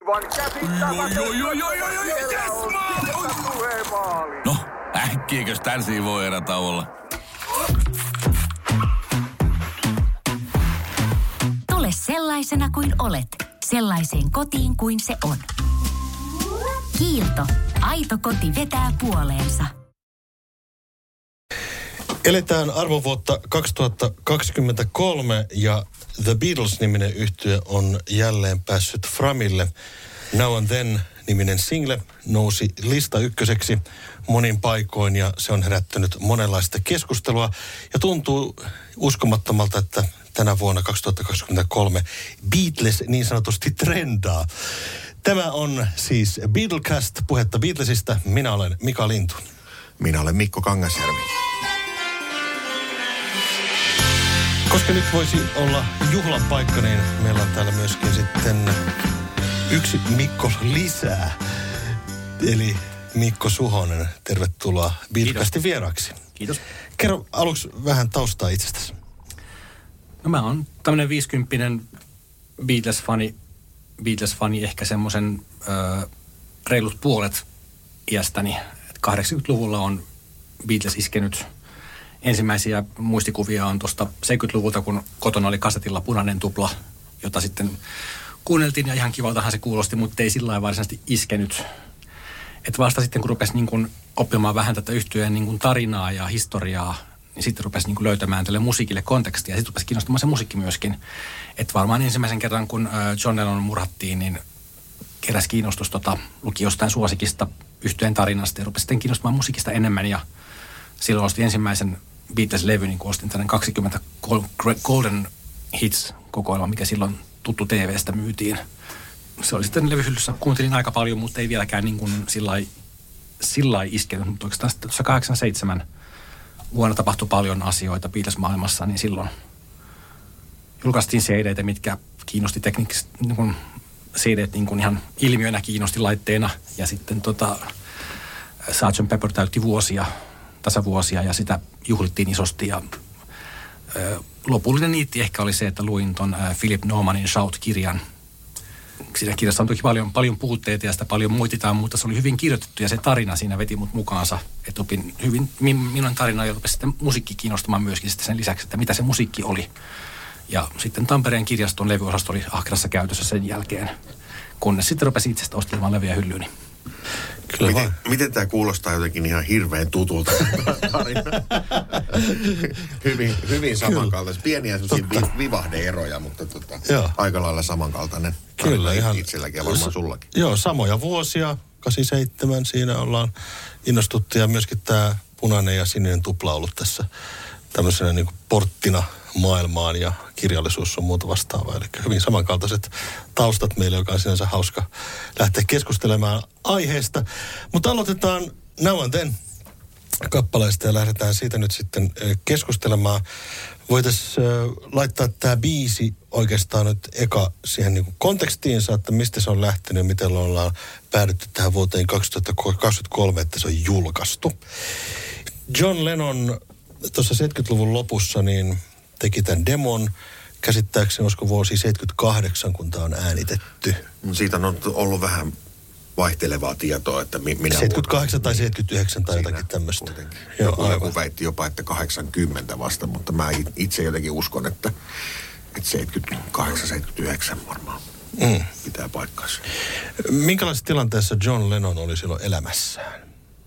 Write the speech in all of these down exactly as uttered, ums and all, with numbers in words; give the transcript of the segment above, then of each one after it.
Aivan käsittämätöntä. No, äkkiäkös tän voi erätä olla? Tule sellaisena kuin olet, sellaiseen kotiin kuin se on. Kiilto. Aito koti vetää puoleensa. Eletään arvovuotta kaksituhattakaksikymmentäkolme ja The Beatles-niminen yhtye on jälleen päässyt framille. Now and Then-niminen single nousi lista ykköseksi monin paikoin ja se on herättänyt monenlaista keskustelua. Ja tuntuu uskomattomalta, että tänä vuonna kaksituhattakaksikymmentäkolme Beatles niin sanotusti trendaa. Tämä on siis Beatlecast, puhetta Beatlesista. Minä olen Mika Lintu. Minä olen Mikko Kangasjärvi. Koska nyt voisi olla juhlan paikka, niin meillä on täällä myöskin sitten yksi Mikko lisää. Eli Mikko Suhonen, tervetuloa Beatlecastin vieraaksi. Kiitos. Kerro aluksi vähän taustaa itsestäsi. No mä oon tämmönen viisikymppinen Beatles-fani, Beatles-fani ehkä semmoisen ö, reilut puolet iästäni. kahdeksankymmentäluvulla on Beatles iskenyt. Ensimmäisiä muistikuvia on tuosta seitsemänkymmentäluvulta, kun kotona oli kasetilla Punainen tupla, jota sitten kuunneltiin ja ihan kivaltahan se kuulosti, mutta ei sillä lailla varsinaisesti iskenyt. Että vasta sitten, kun rupesi niin kuin oppimaan vähän tätä yhtyeen niin kuin tarinaa ja historiaa, niin sitten rupesi niin kuin löytämään tälle musiikille kontekstia ja sitten rupesi kiinnostamaan se musiikki myöskin. Että varmaan ensimmäisen kerran, kun John Lennon murhattiin, niin keräsi kiinnostus, tota, luki jostain suosikista yhtyeen tarinasta ja rupesi sitten kiinnostamaan musiikista enemmän ja silloin ostin ensimmäisen Beatles-levy, niin kun ostin tällainen kaksikymmentä Golden Hits-kokoelma, mikä silloin tuttu T V:stä myytiin. Se oli sitten levyhyllyssä, kuuntelin aika paljon, mutta ei vieläkään niin kuin sillä lailla iskenyt. Mutta oikeastaan sitten tuossa kahdeksankymmentäseitsemän vuonna tapahtui paljon asioita Beatles-maailmassa, niin silloin julkaistiin C D:tä, mitkä kiinnosti teknisesti, niin kuin C D:t niin kuin ihan ilmiönä kiinnosti laitteena. Ja sitten tota, sergeant Pepper täytti vuosia, tasavuosia ja sitä juhlittiin isosti ja ö, lopullinen niitti ehkä oli se, että luin ton ö, Philip Normanin Shout-kirjan. Siinä kirjassa on toki paljon, paljon puutteita ja sitä paljon moititaan, mutta se oli hyvin kirjoitettu ja se tarina siinä veti mut mukaansa. Että opin hyvin minun tarina ja rupesi sitten musiikki kiinnostamaan myöskin sitten sen lisäksi, että mitä se musiikki oli. Ja sitten Tampereen kirjaston levyosasto oli ahkerassa käytössä sen jälkeen, kunnes sitten rupesi itsestä ostelemaan levyjä hyllyyn. Kyllä miten, miten tämä kuulostaa jotenkin ihan hirveän tutulta tarina? hyvin, hyvin samankaltaisia. Pieniä sellaisia vivahde-eroja, mutta tota, aika lailla samankaltainen. Kyllä, ihan. Itselläkin ja varmaan sullakin. Joo, samoja vuosia. kahdeksankymmentäseitsemän siinä ollaan innostuttu ja myöskin tämä punainen ja sininen tupla ollut tässä tämmöisenä niin kuin porttina maailmaan ja kirjallisuus on muuta vastaavaa. Eli hyvin samankaltaiset taustat meille, joka on sinänsä hauska lähteä keskustelemaan aiheesta. Mutta aloitetaan Now and Then kappaleesta ja lähdetään siitä nyt sitten keskustelemaan. Voitaisiin laittaa tämä biisi oikeastaan nyt eka siihen niin kuin kontekstiinsa, että mistä se on lähtenyt ja miten ollaan päädytty tähän vuoteen kaksituhattakaksikymmentäkolme, että se on julkaistu. John Lennon tuossa seitsemänkymmentäluvun lopussa niin teki tämän demon. Käsittääkseni olisiko vuosi seitsemänkymmentäkahdeksan, kun tämä on äänitetty. Siitä on ollut vähän vaihtelevaa tietoa, että minä seitsemänkymmentäkahdeksan tai seitsemänkymmentäyhdeksän tai jotakin tämmöistä. Joku, joku väitti jopa, että kahdeksankymmentä vasta, mutta mä itse jotenkin uskon, että, että seitsemänkymmentäkahdeksan seitsemänkymmentäyhdeksän varmaan mm. pitää paikkansa. Minkälaisessa tilanteessa John Lennon oli silloin elämässään?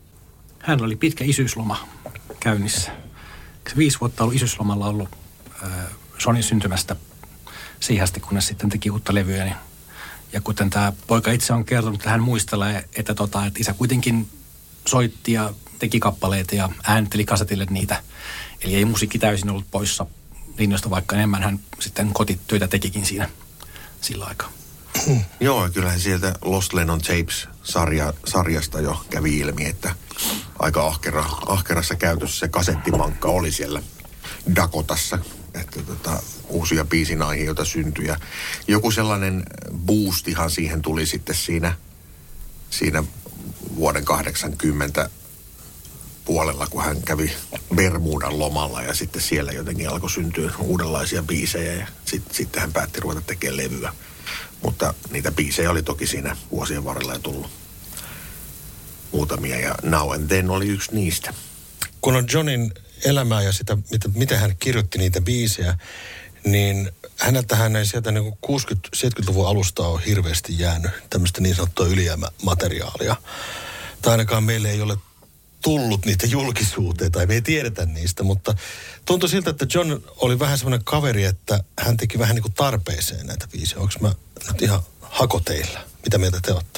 Hän oli pitkä isyysloma käynnissä. Viisi vuotta ollut isyyslomalla ollut äh, Sonin syntymästä siihen asti, kunnes sitten teki uutta levyä. Niin. Ja kuten tämä poika itse on kertonut, että hän muistelee, että, tota, että isä kuitenkin soitti ja teki kappaleita ja äänitteli kasetille niitä. Eli ei musiikki täysin ollut poissa linjoista, vaikka enemmän hän sitten kotitöitä tekikin siinä sillä aikaa. Joo, kyllähän sieltä Lost Lennon Tapes-sarja, sarjasta jo kävi ilmi, että aika ahkera, ahkerassa käytössä se kasettimankka oli siellä Dakotassa, että tota, uusia biisinaiheita syntyi. Ja joku sellainen boostihan siihen tuli sitten siinä, siinä vuoden kahdeksankymmentä puolella, kun hän kävi Bermudan lomalla ja sitten siellä jotenkin alkoi syntyä uudenlaisia biisejä ja sit, sitten hän päätti ruveta tekemään levyä. Mutta niitä biisejä oli toki siinä vuosien varrella tullut muutamia, ja Now and Then oli yksi niistä. Kun on Johnin elämää ja sitä, miten hän kirjoitti niitä biisejä, niin häneltähän ei sieltä niin kuusikymmentä-seitsemänkymmentäluvun alusta ole hirveästi jäänyt tämmöistä niin sanottua ylijäämämateriaalia. Tai ainakaan meille ei ole tullut niitä julkisuuteen, tai me ei tiedetä niistä, mutta tuntui siltä, että John oli vähän semmoinen kaveri, että hän teki vähän niin kuin tarpeeseen näitä biisejä. Onko mä nyt ihan hakoteilla? Mitä mieltä te olette?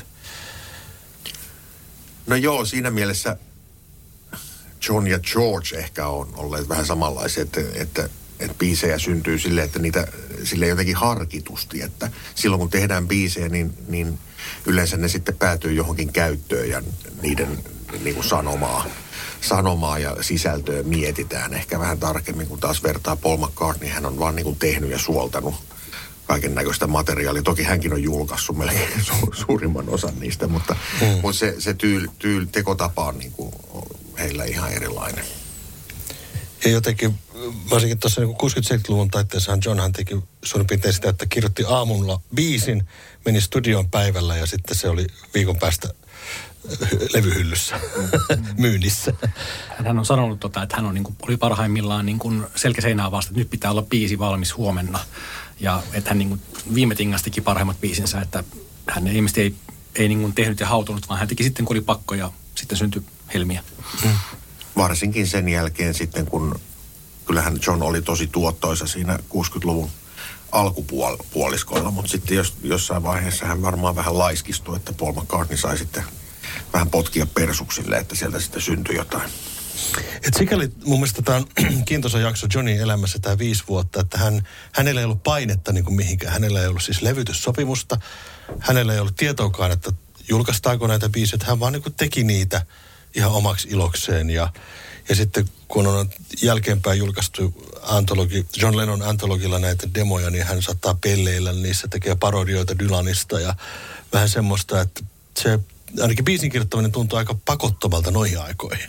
No joo, siinä mielessä John ja George ehkä on olleet vähän samanlaisia, että, että, että biisejä syntyy silleen, että niitä sille jotenkin harkitusti, että silloin kun tehdään biisejä, niin, niin yleensä ne sitten päätyy johonkin käyttöön ja niiden niin kuin sanomaa, sanomaa ja sisältöä mietitään ehkä vähän tarkemmin, kun taas vertaa Paul McCartney, hän on vaan niin kuin tehnyt ja suoltanut kaiken näköistä materiaalia. Toki hänkin on julkaissut melkein su- suurimman osan niistä, mutta, mm. mutta se, se tyyl, tyyl, tekotapa on niin kuin heillä ihan erilainen. Ja jotenkin, varsinkin tuossa niin kuusikymmentä-seitsemänkymmentäluvun taitteessahan Johnhan teki suurin piirtein sitä, että kirjoitti aamulla biisin, meni studioon päivällä ja sitten se oli viikon päästä levyhyllyssä myynnissä. Hän on sanonut, tota, että hän on, niin kuin, oli parhaimmillaan niin kuin selkäseinää vasta, että nyt pitää olla biisi valmis huomenna. Ja että hän niin kuin viime tingassa teki parhaimmat biisinsä, että hän ei ilmeisesti ei, ei niin kuin tehnyt ja hautunut, vaan hän teki sitten, kun oli pakko ja sitten syntyi helmiä. Mm. Varsinkin sen jälkeen sitten, kun kyllähän John oli tosi tuottoisa siinä kuusikymmentäluvun alkupuoliskoilla, mutta sitten jos, jossain vaiheessa hän varmaan vähän laiskistui, että Paul McCartney sai sitten vähän potkia persuksille, että sieltä sitten syntyi jotain. Et sikäli mun mielestä tämä on kiintoisa jakso Johnin elämässä tämä viisi vuotta, että hän, hänellä ei ollut painetta niin kuin mihinkään. Hänellä ei ollut siis levytyssopimusta, hänellä ei ollut tietoakaan, että julkaistaanko näitä biisejä. Hän vaan niin kuin teki niitä ihan omaksi ilokseen ja, ja sitten kun on jälkeenpäin julkaistu antologi, John Lennon antologilla näitä demoja, niin hän saattaa pelleillä niissä, tekee parodioita Dylanista ja vähän semmoista, että se ainakin biisin kirjoittaminen tuntuu aika pakottomalta noihin aikoihin.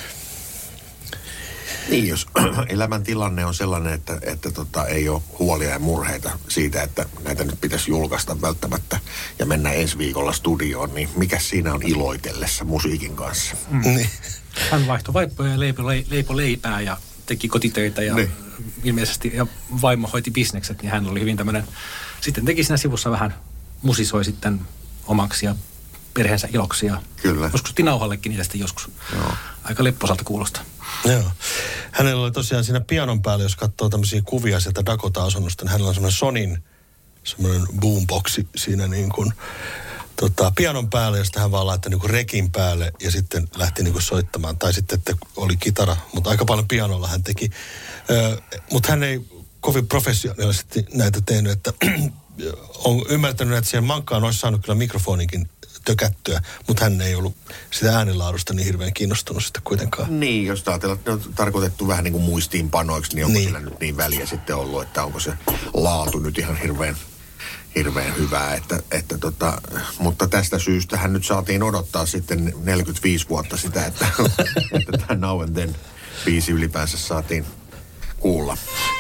Niin, jos elämäntilanne on sellainen, että, että tota, ei ole huolia ja murheita siitä, että näitä nyt pitäisi julkaista välttämättä ja mennä ensi viikolla studioon, niin mikä siinä on iloitellessa musiikin kanssa? Mm. Niin. Hän vaihtoi vaippoja ja leipo, leipo leipää ja teki kotitöitä ja niin. Ilmeisesti ja vaimo hoiti bisnekset, niin hän oli hyvin tämmöinen, sitten teki siinä sivussa vähän, musisoi sitten omaksi ja perheensä iloksi ja kyllä. Joskus otti nauhallekin niitä sitten joskus. Joo. Aika lepposalta kuulostaa. Joo. Hänellä oli tosiaan siinä pianon päällä, jos katsoo tämmöisiä kuvia sieltä Dakota-asunnosta, niin hänellä on semmoinen Sonin semmoinen boomboxi siinä niin kuin tota, pianon päälle, josta hän vaan laittoi niin kuin rekin päälle ja sitten lähti niin kuin soittamaan. Tai sitten, että oli kitara, mutta aika paljon pianolla hän teki. Ö, mutta hän ei kovin professionaalisesti näitä tehnyt, että on ymmärtänyt, että siihen mankkaan olisi saanut kyllä mikrofoninkin tökättyä, mutta hän ei ollut sitä äänenlaadusta niin hirveän kiinnostunut sitä kuitenkaan. Niin, jos ajatellaan, että ne on tarkoitettu vähän niin kuin muistiinpanoiksi, niin onko niin. Sillä nyt niin väliä sitten ollut, että onko se laatu nyt ihan hirveän, hirveän hyvää. Että, että tota, mutta tästä syystä hän nyt saatiin odottaa sitten neljäkymmentäviisi vuotta sitä, että, että tämä Now and Then biisi ylipäänsä saatiin kuulla.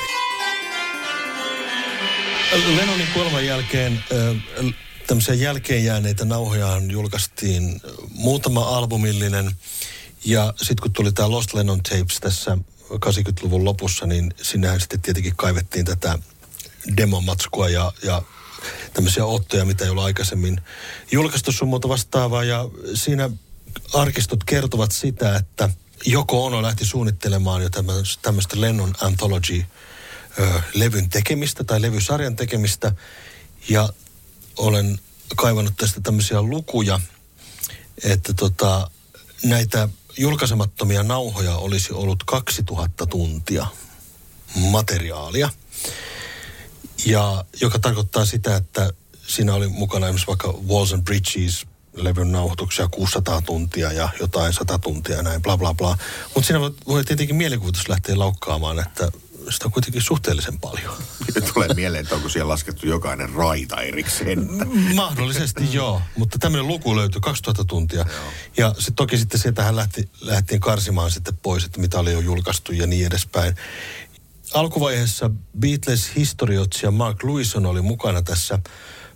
Lennonin kuoleman jälkeen äh, tämmöisiä jälkeen jääneitä nauhojahan julkaistiin muutama albumillinen. Ja sitten kun tuli tämä Lost Lennon Tapes tässä kahdeksankymmentäluvun lopussa, niin sinnehän sitten tietenkin kaivettiin tätä demomatskua ja, ja tämmöisiä ottoja, mitä ei ollut aikaisemmin julkaistu sun muuta vastaavaa. Ja siinä arkistot kertovat sitä, että Yoko Ono lähti suunnittelemaan jo tämmöistä Lennon Anthology-levyn tekemistä tai levysarjan tekemistä. Ja olen kaivannut tästä tämmöisiä lukuja, että tota, näitä julkaisemattomia nauhoja olisi ollut kaksituhatta tuntia materiaalia. Ja joka tarkoittaa sitä, että siinä oli mukana esimerkiksi vaikka Walls and Bridges levyn nauhoituksia kuusisataa tuntia ja jotain sata tuntia ja näin, bla bla bla. Mutta siinä voi tietenkin mielikuvitus lähteä laukkaamaan, että sitä on kuitenkin suhteellisen paljon. Nyt tulee mieleen, että onko siellä laskettu jokainen raita erikseen. Mahdollisesti joo, mutta tämmöinen luku löytyi kaksituhatta tuntia. Joo. Ja sit toki sitten sieltähän lähti, lähtiin karsimaan sitten pois, että mitä oli jo julkaistu ja niin edespäin. Alkuvaiheessa Beatles-historioitsija Mark Lewison oli mukana tässä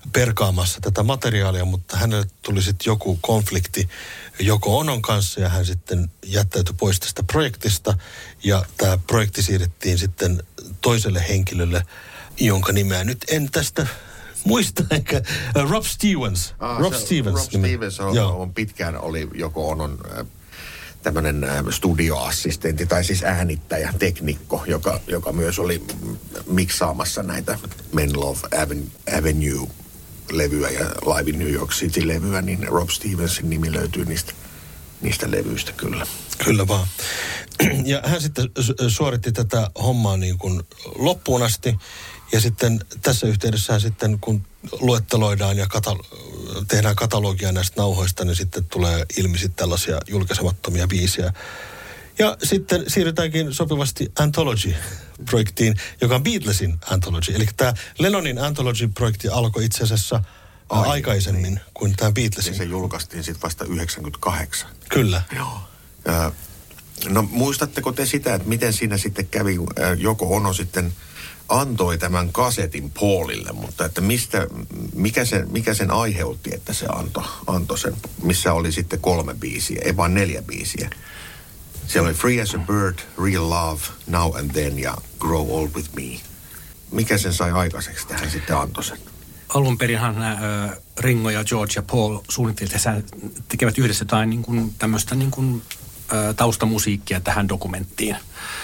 perkaamassa tätä materiaalia, mutta hänelle tuli sitten joku konflikti Yoko Onon kanssa ja hän sitten jättäytyi pois tästä projektista ja tämä projekti siirrettiin sitten toiselle henkilölle, jonka nimeä nyt en tästä muista, eikä Rob Stevens. Ah, Rob se, Stevens. Rob Stevens on, on pitkään oli Yoko Onon äh, tämmöinen äh, studioassistentti tai siis äänittäjä, teknikko, joka, joka myös oli miksaamassa näitä Men Love Avenue levyä ja Live in New York City-levyä, niin Rob Stevensin nimi löytyy niistä, niistä levyistä kyllä. Kyllä vaan. Ja hän sitten suoritti tätä hommaa niin kuin loppuun asti. Ja sitten tässä yhteydessä sitten, kun luetteloidaan ja katal- tehdään katalogia näistä nauhoista, niin sitten tulee ilmi sitten tällaisia julkaisemattomia biisejä. Ja sitten siirrytäänkin sopivasti Anthology-projektiin, joka on Beatlesin Anthology. Eli tämä Lennonin Anthology-projekti alkoi itse asiassa Ai, aikaisemmin niin. kuin tämä Beatlesin. Ja se julkaistiin sitten vasta yhdeksänkymmentäkahdeksan. Kyllä. Joo. Äh, no muistatteko te sitä, että miten siinä sitten kävi, äh, Yoko Ono sitten antoi tämän kasetin Paulille, mutta että mistä, mikä, sen, mikä sen aiheutti, että se antoi anto sen, missä oli sitten kolme biisiä, ei vaan neljä biisiä. Siellä oli Free as a Bird, Real Love, Now and Then ja Grow Old With Me. Mikä sen sai aikaiseksi, että hän sitten antoi sen? Alun perinhan nämä äh, Ringo ja George ja Paul suunnittelivat, että he tekevät yhdessä jotain niin kuin, tämmöistä niin kuin, äh, taustamusiikkia tähän dokumenttiin.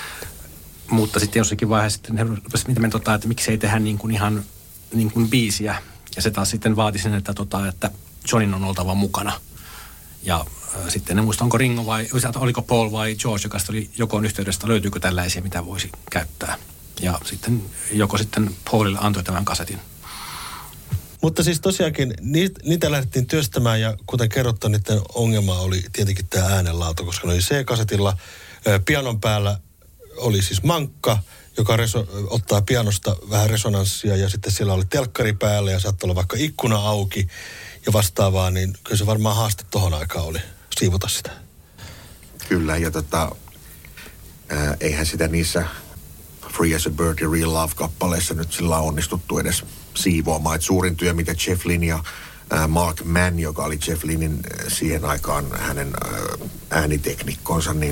Mutta sitten jossakin vaiheessa sitten he rupesivat mitä tota, että miksi ei tehdä niin kuin ihan niin kuin biisiä. Ja se taas sitten vaati sen, että, tota, että Johnin on oltava mukana. Ja äh, sitten en muista, onko Ringo vai, oliko Paul vai George, joka oli Jokon yhteydessä, löytyykö tällaisia, mitä voisi käyttää. Ja sitten Joko sitten Paulille antoi tämän kasetin. Mutta siis tosiaankin niitä lähdettiin työstämään ja kuten kerrottu, niiden ongelma oli tietenkin tämä äänenlaatu, koska ne oli C-kasetilla. Pianon päällä oli siis mankka, joka reso, ottaa pianosta vähän resonanssia ja sitten siellä oli telkkari päällä ja saattoi olla vaikka ikkuna auki ja vastaavaa, niin kyllä se varmaan haaste tohon aikaan oli siivota sitä. Kyllä ja tota, ää, eihän sitä niissä Free as a Bird ja Real Love-kappaleissa nyt sillä on onnistuttu edes siivoamaan. Et suurin työ, mitä Jeff Lynne ja ää, Mark Mann, joka oli Jeff Lynnin siihen aikaan hänen ää, ääniteknikkonsa, niin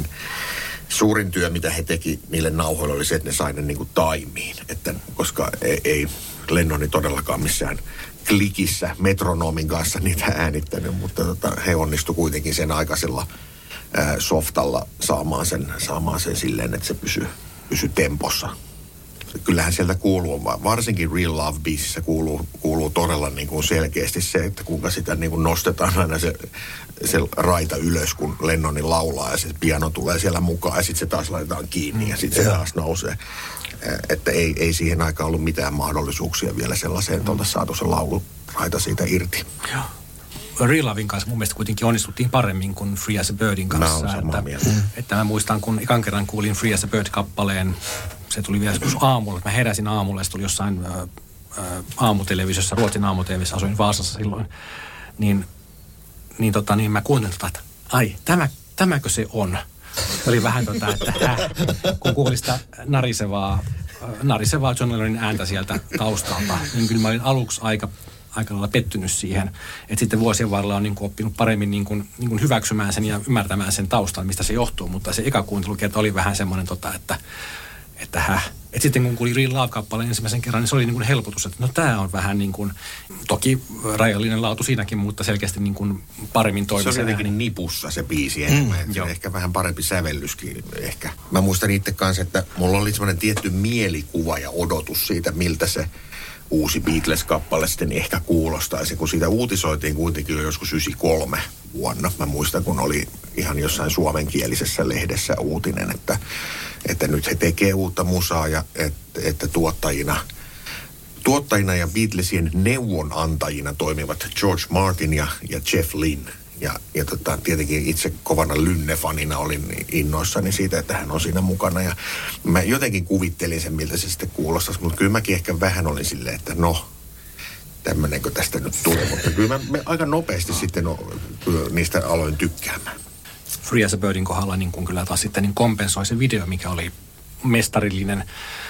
suurin työ, mitä he teki niille nauhoille, oli se, että ne sai ne niin kuin taimiin. Että, koska ei, ei Lennoni todellakaan missään klikissä metronomin kanssa niitä äänittänyt, mutta tota, he onnistu kuitenkin sen aikaisella ää, softalla saamaan sen, saamaan sen silleen, että se pysyy pysy tempossa. Kyllähän sieltä kuuluu, varsinkin Real Love-biisissä kuuluu, kuuluu todella niin kuin selkeästi se, että kuinka sitä niin kuin nostetaan aina se, se raita ylös, kun Lennoni laulaa ja se piano tulee siellä mukaan ja sitten se taas laitetaan kiinni ja sitten se taas nousee. Että ei, ei siihen aikaan ollut mitään mahdollisuuksia vielä sellaiseen, että oltaisiin saatu se lauluraita siitä irti. Joo. Real Lovein kanssa mun mielestä kuitenkin onnistuttiin paremmin kuin Free as a Birdin kanssa. Mä oon samaa mieltä. Että, että mä muistan, kun ekan kerran kuulin Free as a Bird-kappaleen, se tuli vielä joskus aamulla. Mä heräsin aamulla ja se tuli jossain ä, ä, aamutelevisiossa, Ruotsin aamutelevisiossa, asuin Vaasassa silloin. Niin, niin, tota, niin mä kuuntelin tota, että ai, tämä, tämäkö se on? Se oli vähän tota, että häh, kun kuulin sitä narisevaa, narisevaa John Lennonin ääntä sieltä taustalta, niin kyllä mä olin aluksi aika aika lailla pettynyt siihen, että sitten vuosien varrella on niin kuin oppinut paremmin niin kuin, niin kuin hyväksymään sen ja ymmärtämään sen taustan, mistä se johtuu, mutta se eka kuuntelukerta oli vähän semmoinen, tota, että, että häh. Et sitten kun kuuli Real Love-kappaleen ensimmäisen kerran, niin se oli niin kuin helpotus, että no tämä on vähän niin kuin, toki rajallinen laatu siinäkin, mutta selkeästi niin kuin paremmin toimii. Se oli jotenkin nipussa se biisi enemmän, mm, ehkä vähän parempi sävellyskin ehkä. Mä muistan itse kanssa, että mulla oli semmoinen tietty mielikuva ja odotus siitä, miltä se uusi Beatles-kappale sitten ehkä kuulostaisi, kun siitä uutisoitiin kuitenkin jo joskus yhdeksänkymmentäkolme vuonna. Mä muistan, kun oli ihan jossain suomenkielisessä lehdessä uutinen, että, että nyt he tekee uutta musaa ja että, että tuottajina, tuottajina ja Beatlesien neuvonantajina toimivat George Martin ja, ja Jeff Lynne. Ja, ja tota, tietenkin itse kovana Lynne-fanina olin innoissani siitä, että hän on siinä mukana. Ja mä jotenkin kuvittelin sen, miltä se sitten kuulostaisi. Mutta kyllä mäkin ehkä vähän olin silleen, että no, tämmöinenkö tästä nyt tulee. Mutta kyllä mä, mä aika nopeasti sitten no, niistä aloin tykkäämään. Free as a Birdin kohdalla niin kun kyllä taas sitten niin kompensoi se video, mikä oli mestarillinen.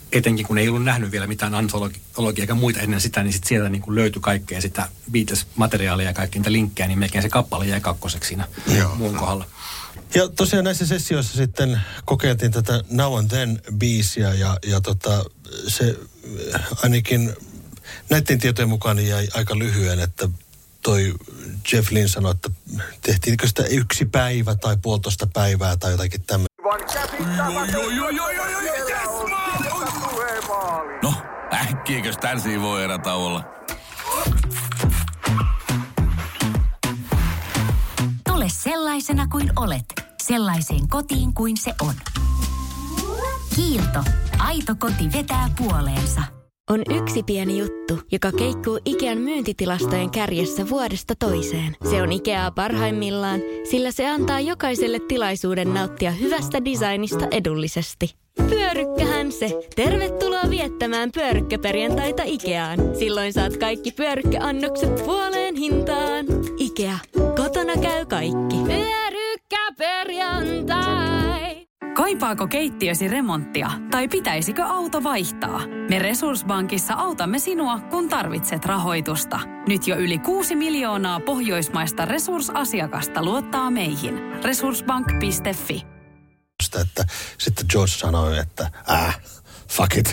etenkin kun ei ollut nähnyt vielä mitään antologia eikä muita ennen sitä, niin sit sieltä niin kuin löytyi kaikkea sitä Beatles-materiaalia ja kaikkia niitä linkkejä, niin melkein se kappale jäi kakkoseksi siinä Joo. muun kohdalla. Ja tosiaan näissä sessioissa sitten kokeiltiin tätä Now and Then-biisiä ja, ja tota, se ainakin näiden tietojen mukaan niin jäi aika lyhyen, että toi Jeff Lynne sanoi, että tehtiinkö sitä yksi päivä tai puolitoista päivää tai jotakin tämmöistä. No, äkkiäkös tän voi erätauolla? Tule sellaisena kuin olet, sellaiseen kotiin kuin se on. Kiilto. Aito koti vetää puoleensa. On yksi pieni juttu, joka keikkuu Ikean myyntitilastojen kärjessä vuodesta toiseen. Se on Ikeaa parhaimmillaan, sillä se antaa jokaiselle tilaisuuden nauttia hyvästä designista edullisesti. Pyörykkähän se! Tervetuloa viettämään pyörykkäperjantaita Ikeaan. Silloin saat kaikki pyörykkäannokset puoleen hintaan. Ikea. Kotona käy kaikki. Pyörykkäperjantai! Kaipaako keittiösi remonttia tai pitäisikö auto vaihtaa? Me Resurssbankissa autamme sinua, kun tarvitset rahoitusta. Nyt jo yli kuusi miljoonaa pohjoismaista resursasiakasta luottaa meihin. Resurssbank piste fi. Että sitten George sanoi, että äh, fuck it.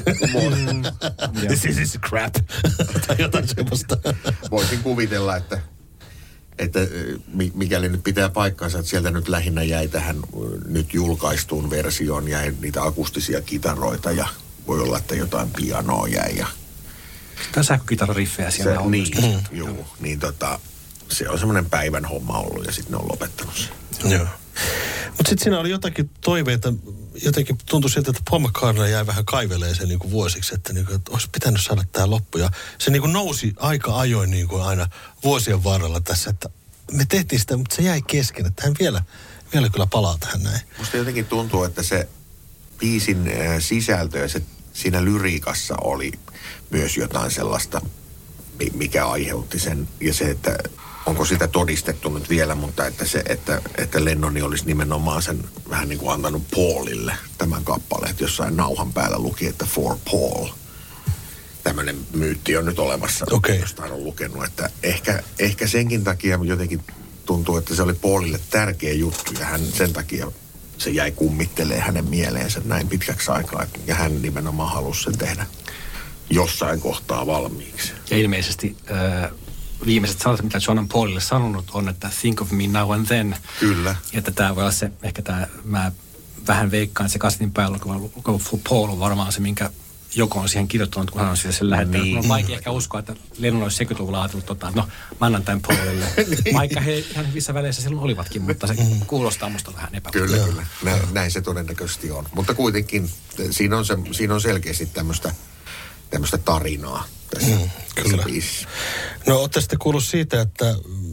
This is crap. Tai jotain semmoista. Voisin kuvitella, että että mikäli nyt pitää paikkansa, että sieltä nyt lähinnä jäi tähän nyt julkaistuun versioon, jäi niitä akustisia kitaroita ja voi olla, että jotain pianoa jäi. Ja tämä sähkökitarariffejä siellä se, on. Niin, mm. juu, niin tota, se on semmoinen päivän homma ollut ja sitten ne on lopettanut sen. Joo. Mutta sitten siinä oli jotakin toiveita, jotenkin tuntui siltä, että Paul McCartney jäi vähän kaiveleeseen niin kuin vuosiksi, että, niin kuin, että olisi pitänyt saada tämä loppu. Ja se niin kuin nousi aika ajoin niin kuin aina vuosien varrella tässä, että me tehtiin sitä, mutta se jäi kesken, että hän vielä, vielä kyllä palaa tähän näin. Musta jotenkin tuntuu, että se biisin sisältö ja se siinä lyriikassa oli myös jotain sellaista, mikä aiheutti sen. Ja se, että onko sitä todistettu nyt vielä, mutta että se, että, että Lennoni olisi nimenomaan sen vähän niin kuin antanut Paulille tämän kappaleen, että jossain nauhan päällä luki, että for Paul. Tämmöinen myytti on nyt olemassa, okay. Jostain on lukenut, että ehkä, ehkä senkin takia jotenkin tuntuu, että se oli Paulille tärkeä juttu ja hän sen takia se jäi kummittelee hänen mieleensä näin pitkäksi aikaa ja hän nimenomaan halusi sen tehdä jossain kohtaa valmiiksi. Ja ilmeisesti äh, viimeiset sanat, mitä John on Paulille sanonut, on, että think of me now and then. Kyllä. Ja että tämä voi olla se, ehkä tämä, mä vähän veikkaan, se kasetin päällä, kun Paul on varmaan se, minkä Joko on siihen kirjoittanut, kun hän on sen lähettänyt. Niin. On vaikea ehkä uskoa, että Lennon olisi sekoituvulla ajatellut, tota, no mä annan tämän Paulille. niin. Vaikka he ihan hyvissä väleissä silloin olivatkin, mutta se mm. kuulostaa musta vähän epävarmaa. Kyllä, kyllä. Näin, näin se todennäköisesti on. Mutta kuitenkin siinä on, se, siinä on selkeästi tämmöistä tämmöistä tarinaa tässä, mm, tässä biisissä. No ootte sitten kuullut siitä, että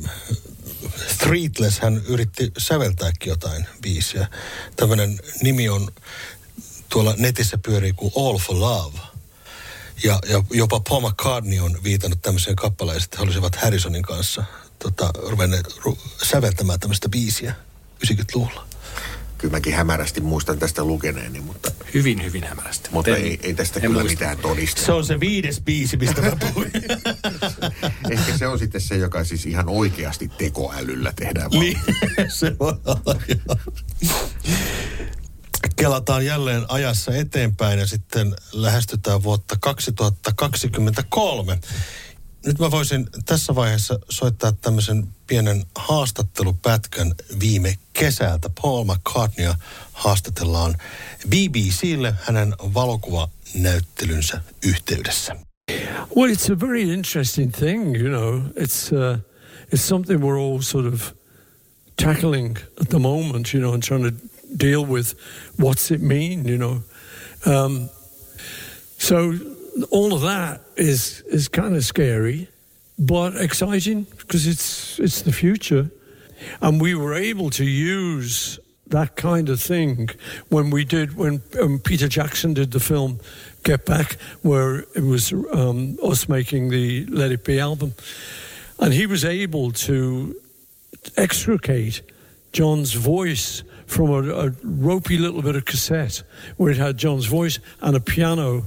Streetless hän yritti säveltääkin jotain biisiä. Tämmöinen nimi on tuolla netissä pyörii kuin All for Love. Ja, ja jopa Paul McCartney on viitannut tämmöiseen kappaleeseen, että he olisivat Harrisonin kanssa tota, ruvenneet ru- säveltämään tämmöistä biisiä yhdeksänkymmentäluvulla. Kyllä mäkin hämärästi muistan tästä lukeneeni, mutta Hyvin, hyvin hämärästi. Mutta en, ei, ei tästä kyllä muista. Mitään todisteta. Se on se viides biisi, mistä mä puhuin. Ehkä se on sitten se, joka siis ihan oikeasti tekoälyllä tehdään. Niin, se voi olla, joo. Kelataan jälleen ajassa eteenpäin ja sitten lähestytään vuotta kaksituhattakaksikymmentäkolme. Nyt mä voisin tässä vaiheessa soittaa tämmöisen pienen haastattelupätkän viime kesältä. Paul McCartneya haastatellaan B B C:lle hänen valokuvanäyttelynsä yhteydessä. Well, it's a very interesting thing, you know. It's uh, it's something we're all sort of tackling at the moment, you know, and trying to deal with what's it mean, you know. Um, so all of that is is kind of scary, but exciting because it's it's the future, and we were able to use that kind of thing when we did when um, Peter Jackson did the film Get Back, where it was um, us making the Let It Be album, and he was able to extricate John's voice from a, a ropey little bit of cassette where it had John's voice and a piano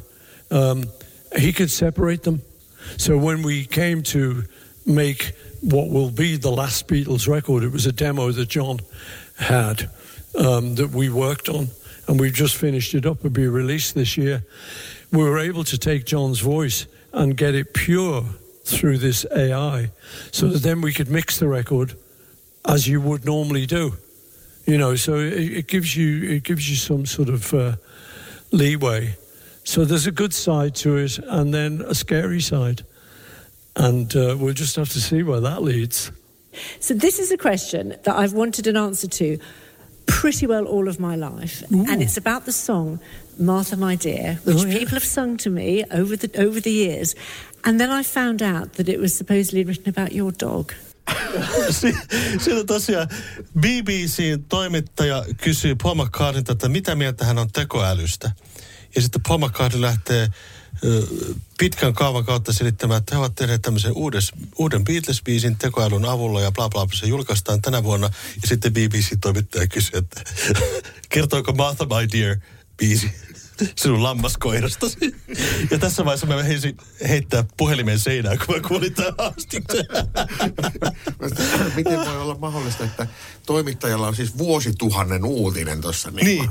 um, he could separate them. So when we came to make what will be the last Beatles record, it was a demo that John had um, that we worked on, and we've just finished it up. It'll be released this year. We were able to take John's voice and get it pure through this A I, so that then we could mix the record as you would normally do. You know, so it, it gives you it gives you some sort of uh, leeway. So there's a good side to it, and then a scary side, and uh, we'll just have to see where that leads. So this is a question that I've wanted an answer to pretty well all of my life. Ooh. And it's about the song Martha My Dear, which oh, yeah. people have sung to me over the over the years. And then I found out that it was supposedly written about your dog. Siinä tosiaan B B C:n toimittaja kysyy Paul McCartneylta, että mitä mieltä hän on tekoälystä. Ja sitten Paul McCartney lähtee ö, pitkän kaavan kautta selittämään, että he ovat tehneet tämmöisen uudes, uuden Beatles-biisin tekoälyn avulla ja bla bla, se julkaistaan tänä vuonna. Ja sitten B B C-toimittaja kysyy, että kertoiko Martha My Dear -biisi sinun lammaskoirastasi? Ja tässä vaiheessa mä heisin heittää puhelimen seinään, kun mä kuulin tämän haastiksen. Miten voi olla mahdollista, että toimittajalla on siis vuosituhannen uutinen tuossa? Niin. niin.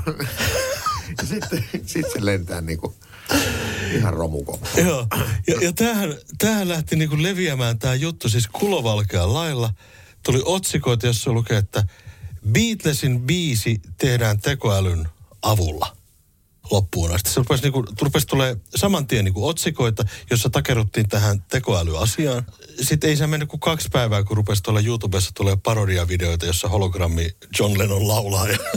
Ja sitten sit se lentää niinku ihan romukoppa. Joo, ja, ja tämähän, tämähän lähti niinku leviämään tämä juttu siis kulovalkean lailla. Tuli otsikoita, jossa lukee, että Beatlesin biisi tehdään tekoälyn avulla loppuun asti. Se rupesi, niinku, rupesi tulee saman tien niinku otsikoita, jossa takerruttiin tähän tekoälyasiaan. Sitten ei se mennyt kuin kaksi päivää, kun rupesi tuolla YouTubessa tulee parodiavideoita, jossa hologrammi John Lennon laulaa ja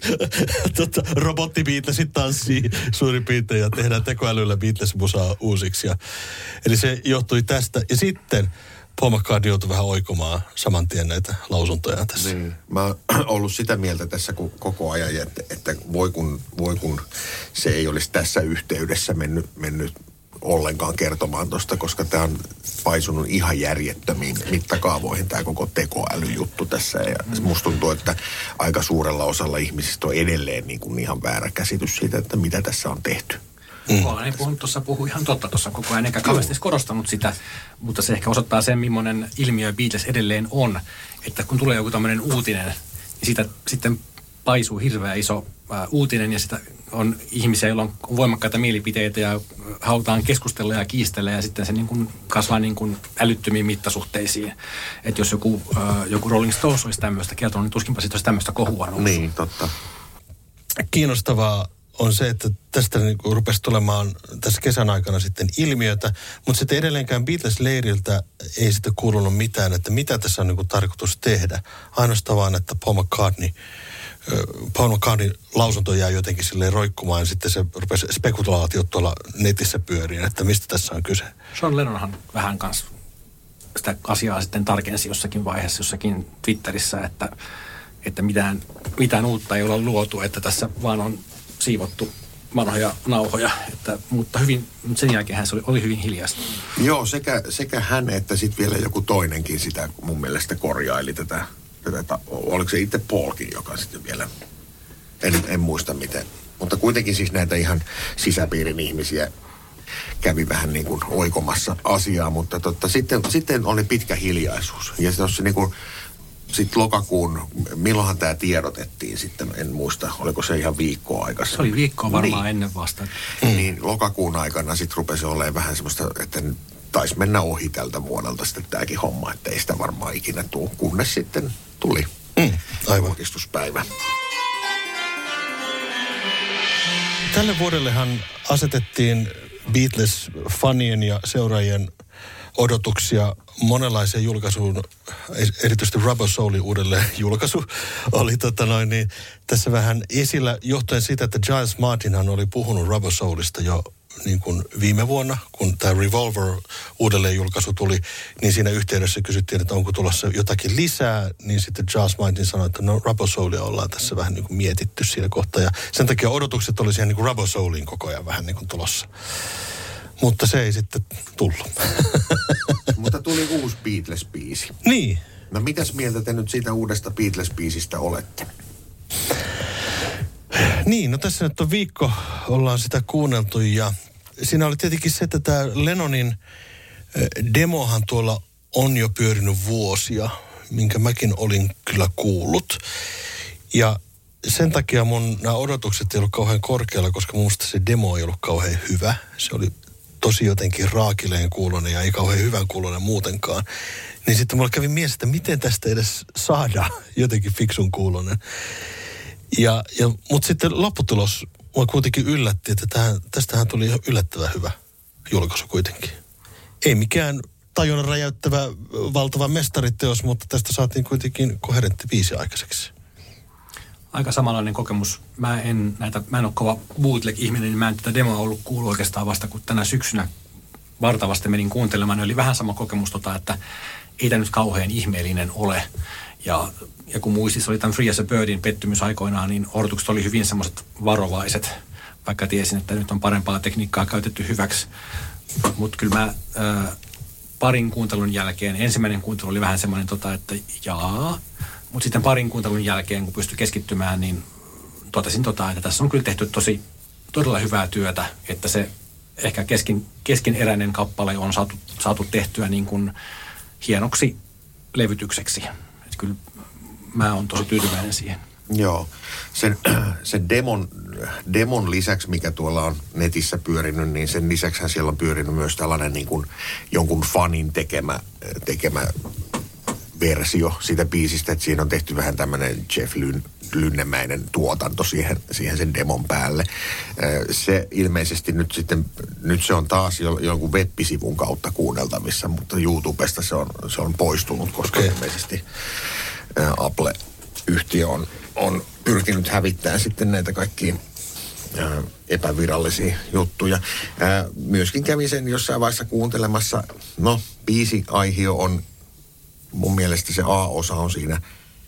tota, robotti Beatlesit tanssii suurin piirtein ja tehdään tekoälyllä Beatles-musaa uusiksi. Ja, eli se johtui tästä. Ja sitten Paul McCartney joutui vähän oikomaan saman tien näitä lausuntoja tässä. Niin. Mä oon ollut sitä mieltä tässä koko ajan, että, että voi, kun, voi kun se ei olisi tässä yhteydessä mennyt, mennyt ollenkaan kertomaan tosta, koska tämä on paisunut ihan järjettömiin mittakaavoihin tämä koko tekoälyjuttu tässä. Ja mm. musta tuntuu, että aika suurella osalla ihmisistä on edelleen niin kuin ihan väärä käsitys siitä, että mitä tässä on tehty. Mm. Olen ei puhunut tuossa, puhuu ihan totta tuossa koko ajan, eikä kauheasti korostanut sitä, mutta se ehkä osoittaa sen, millainen ilmiö Beatles edelleen on, että kun tulee joku tämmöinen uutinen, niin siitä sitten paisuu hirveän iso ää, uutinen ja sitä on ihmisiä, joilla on voimakkaita mielipiteitä ja halutaan keskustella ja kiistellä ja sitten se niin kuin kasvaa niin kuin älyttömiin mittasuhteisiin. Että jos joku, ää, joku Rolling Stones olisi tämmöistä kertonut, niin tuskinpa sitten olisi tämmöistä kohua noussut. Niin, totta. Kiinnostavaa on se, että tästä niin kuin rupesi tulemaan tässä kesän aikana sitten ilmiötä, mutta sitten edelleenkään Beatles-leiriltä ei sitten kuulunut mitään, että mitä tässä on niin kuin tarkoitus tehdä. Ainoastaan vaan, että Paul McCartney, Paul McCartney lausunto jää jotenkin silleen roikkumaan ja sitten se rupesi spekulaatiot tuolla netissä pyöriin, että mistä tässä on kyse. John Lennonhan vähän kanssa sitä asiaa sitten tarkensi jossakin vaiheessa, jossakin Twitterissä, että, että mitään, mitään uutta ei ole luotu, että tässä vaan on siivottu vanhoja nauhoja, että, mutta hyvin, sen jälkeen se oli, oli hyvin hiljaista. Joo, sekä, sekä hän että sitten vielä joku toinenkin sitä mun mielestä korjaili tätä, tätä oliko se itse Paulkin, joka sitten vielä, en, en muista miten, mutta kuitenkin siis näitä ihan sisäpiirin ihmisiä kävi vähän niin kuin oikomassa asiaa, mutta totta, sitten, sitten oli pitkä hiljaisuus ja se niin kuin sitten lokakuun, milloinhan tämä tiedotettiin sitten, en muista, oliko se ihan viikkoa aikaisemmin. Se oli viikkoa varmaan niin. Ennen vasta. Mm. Niin lokakuun aikana sitten rupesi olemaan vähän semmoista, että taisi mennä ohi tältä vuodelta sitten tämäkin homma, että ei sitä varmaan ikinä tule, kunnes sitten tuli mm. aivan julkistuspäivä. Tälle vuodellehan asetettiin Beatles-fanien ja seuraajien odotuksia monenlaiseen julkaisuun, erityisesti Rubber Soulin uudelleen julkaisu oli tota noin, niin tässä vähän esillä johtuen siitä, että Giles Martinhan oli puhunut Rubber Soulista jo niin kuin viime vuonna, kun tämä Revolver uudelleen julkaisu tuli, niin siinä yhteydessä kysyttiin, että onko tulossa jotakin lisää, niin sitten Giles Martin sanoi, että no Rubber Soulia ollaan tässä vähän niin kuin mietitty siinä kohtaa, ja sen takia odotukset oli siihen niin kuin Rubber Souliin koko ajan vähän niin kuin tulossa. Mutta se ei sitten tullut. Mutta tuli uusi Beatles-biisi. Niin. No mitäs mieltä te nyt siitä uudesta Beatles-biisistä olette? Niin, no tässä nyt on viikko, ollaan sitä kuunneltu ja siinä oli tietenkin se, että tämä Lennonin demohan tuolla on jo pyörinyt vuosia, minkä mäkin olin kyllä kuullut. Ja sen takia mun nämä odotukset ei ollut kauhean korkealla, koska mun mielestä se demo ei ollut kauhean hyvä. Se oli tosi jotenkin raakileen kuulonen ja ei kauhean hyvän kuulonen muutenkaan. Niin sitten mulla kävi mielessä, että miten tästä edes saadaan jotenkin fiksun kuulonen. Ja, ja, mutta sitten lopputulos mua kuitenkin yllätti, että tähän, tästähän tuli ihan yllättävän hyvä julkaisu kuitenkin. Ei mikään tajunnan räjäyttävä valtava mestariteos, mutta tästä saatiin kuitenkin koherentti biisi aikaiseksi. Aika samanlainen kokemus. Mä en, näitä, mä en ole kova bootleg-ihminen, niin mä en tätä demoa ollut kuullut oikeastaan vasta, kun tänä syksynä vartavasti menin kuuntelemaan. Oli vähän sama kokemus, tota, että ei tämä nyt kauhean ihmeellinen ole. Ja, ja kun muistissa oli tämän Free as a Birdin pettymys aikoinaan, niin odotukset oli hyvin semmoiset varovaiset, vaikka tiesin, että nyt on parempaa tekniikkaa käytetty hyväksi. Mutta kyllä mä ää, parin kuuntelun jälkeen, ensimmäinen kuuntelu oli vähän semmoinen, tota, että jaa, mutta sitten parin kuuntelun jälkeen, kun pystyi keskittymään, niin totesin, tota, että tässä on kyllä tehty tosi todella hyvää työtä, että se ehkä keskin, keskeneräinen kappale on saatu, saatu tehtyä niin kuin hienoksi levytykseksi. Että kyllä mä oon tosi tyytyväinen siihen. Joo. Sen, sen demon, demon lisäksi, mikä tuolla on netissä pyörinyt, niin sen lisäksihän siellä on pyörinyt myös tällainen niin kuin jonkun fanin tekemä, tekemä versio siitä biisistä, että siinä on tehty vähän tämmöinen Jeff Lyn, Lynnemäinen tuotanto siihen, siihen sen demon päälle. Se ilmeisesti nyt sitten, nyt se on taas jonkun web-sivun kautta kuunneltavissa, mutta YouTubesta se on, se on poistunut, koska okay. ilmeisesti Apple-yhtiö on, on pyrkinyt hävittämään sitten näitä kaikkiin epävirallisia juttuja. Myöskin kävin sen jossain vaiheessa kuuntelemassa, no biisi-aihio on mun mielestä se A-osa on siinä,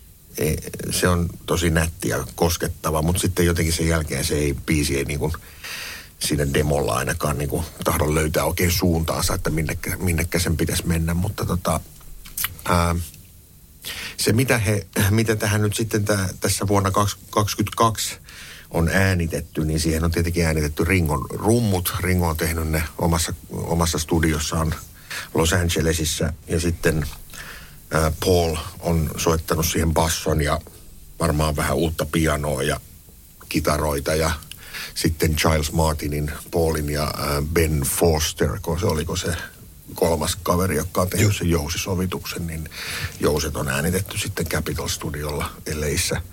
se on tosi nätti ja koskettava, mutta sitten jotenkin sen jälkeen se ei, biisi ei niin kuin siinä demolla ainakaan niin kuin tahdon löytää oikein suuntaansa, että minnekä, minnekä sen pitäisi mennä, mutta tota, ää, se mitä, he, mitä tähän nyt sitten tä, tässä vuonna kaksituhattakaksikymmentäkaksi on äänitetty, niin siihen on tietenkin äänitetty Ringon rummut. Ringo on tehnyt ne omassa, omassa studiossaan Los Angelesissa ja sitten Paul on soittanut siihen basson ja varmaan vähän uutta pianoa ja kitaroita ja sitten Giles Martinin, Paulin ja Ben Foster, kun se oliko se kolmas kaveri, joka on tehnyt sen jousisovituksen, niin jouset on äänitetty sitten Capitol Studiolla L A:ssä.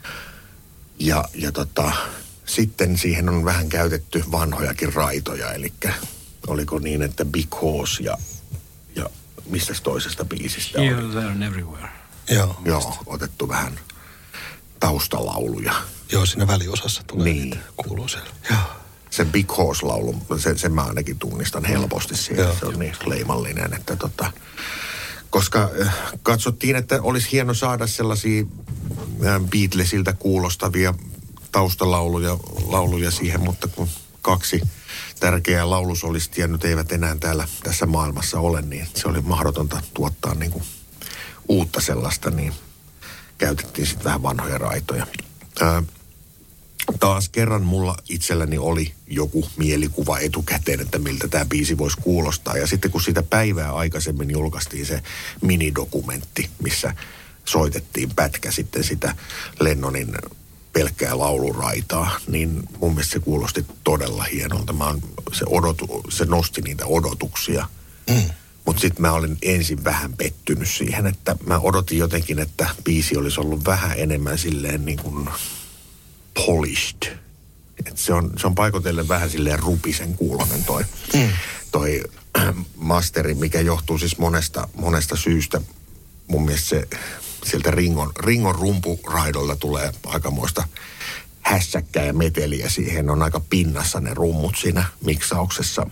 Ja, ja tota, sitten siihen on vähän käytetty vanhojakin raitoja, eli oliko niin, että Big Horse ja, ja mistä toisesta biisistä Here, oli? There and Everywhere. Joo. Joo, otettu vähän taustalauluja. Joo, siinä väliosassa tulee niin. niitä, kuuluu siellä. Joo. Sen Big Horse-laulun, sen, sen mä ainakin tunnistan helposti siellä. Joo. Se on niin leimallinen, että tota, koska äh, katsottiin, että olisi hieno saada sellaisia äh, Beatlesiltä kuulostavia taustalauluja lauluja siihen, mutta kun kaksi tärkeää laulusolistia nyt eivät enää täällä tässä maailmassa ole, niin se oli mahdotonta tuottaa niin kuin uutta sellaista, niin käytettiin sitten vähän vanhoja raitoja. Ää, taas kerran mulla itselläni oli joku mielikuva etukäteen, että miltä tämä biisi voisi kuulostaa. Ja sitten kun sitä päivää aikaisemmin julkaistiin se minidokumentti, missä soitettiin pätkä sitten sitä Lennonin pelkkää lauluraitaa, niin mun mielestä se kuulosti todella hienolta. Mä oon, se, odotu, se nosti niitä odotuksia. Mm. Mutta sitten mä olin ensin vähän pettynyt siihen, että mä odotin jotenkin, että biisi olisi ollut vähän enemmän silleen niin kuin polished. Et se on, se on paikotellen vähän silleen rupisen kuulonen toi, mm. toi äh, masteri, mikä johtuu siis monesta, monesta syystä. Mun mielestä se sieltä Ringon, Ringon rumpuraidolta tulee aikamoista hässäkkää ja meteliä siihen. On aika pinnassa ne rummut siinä miksauksessa.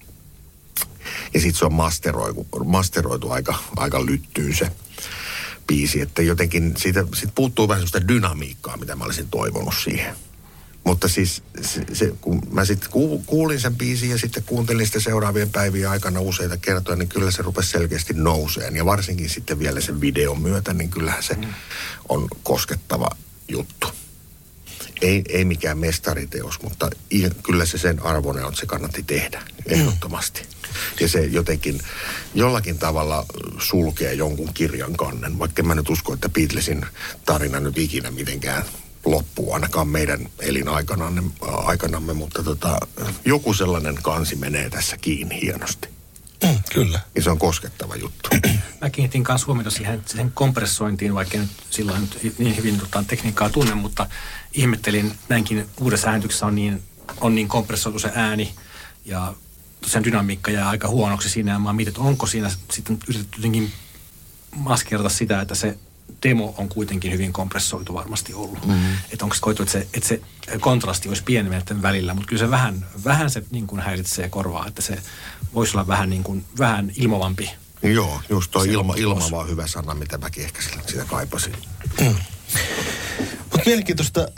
Ja sitten se on masteroitu, masteroitu aika, aika lyttyyn se biisi. Että jotenkin siitä, siitä puuttuu vähän sellaista dynamiikkaa, mitä mä olisin toivonut siihen. Mutta siis se, se, kun mä sitten kuulin sen biisin ja sitten kuuntelin sitä seuraavien päivien aikana useita kertoja, niin kyllä se rupesi selkeästi nouseen. Ja varsinkin sitten vielä sen videon myötä, niin kyllähän se on koskettava juttu. ei, ei mikään mestariteos, mutta i, kyllä se sen arvoinen on, että se kannatti tehdä ehdottomasti. Ja se jotenkin jollakin tavalla sulkee jonkun kirjan kannen, vaikka mä nyt usko, että Beatlesin tarina nyt ikinä mitenkään loppuu, ainakaan meidän elinaikanamme, aikanamme, mutta tota, joku sellainen kansi menee tässä kiinni hienosti. Mm, kyllä. Ja se on koskettava juttu. Mä kiinnitin kanssa huomiota siihen, siihen kompressointiin, vaikka nyt silloin nyt niin hyvin tota, tekniikkaa tunne, mutta ihmettelin, näinkin uudessa äänityksessä on niin, on niin kompressoitu se ääni ja sen dynamiikka jää aika huonoksi siinä. Ja mä mietin, että onko siinä sitten yritetty jotenkin maskerata sitä, että se demo on kuitenkin hyvin kompressoitu varmasti ollut. Mm-hmm. Että onko se koitu, että se, että se kontrasti olisi pienemmän välillä, mutta kyllä se vähän, vähän se niin kuin häiritsee korvaa, että se voisi olla vähän, niin kuin, vähän ilmovampi. Joo, just tuo ilma, ilma vaan hyvä sana, mitä mäkin ehkä sitä kaipasin. Mm. Mutta mielenkiintoista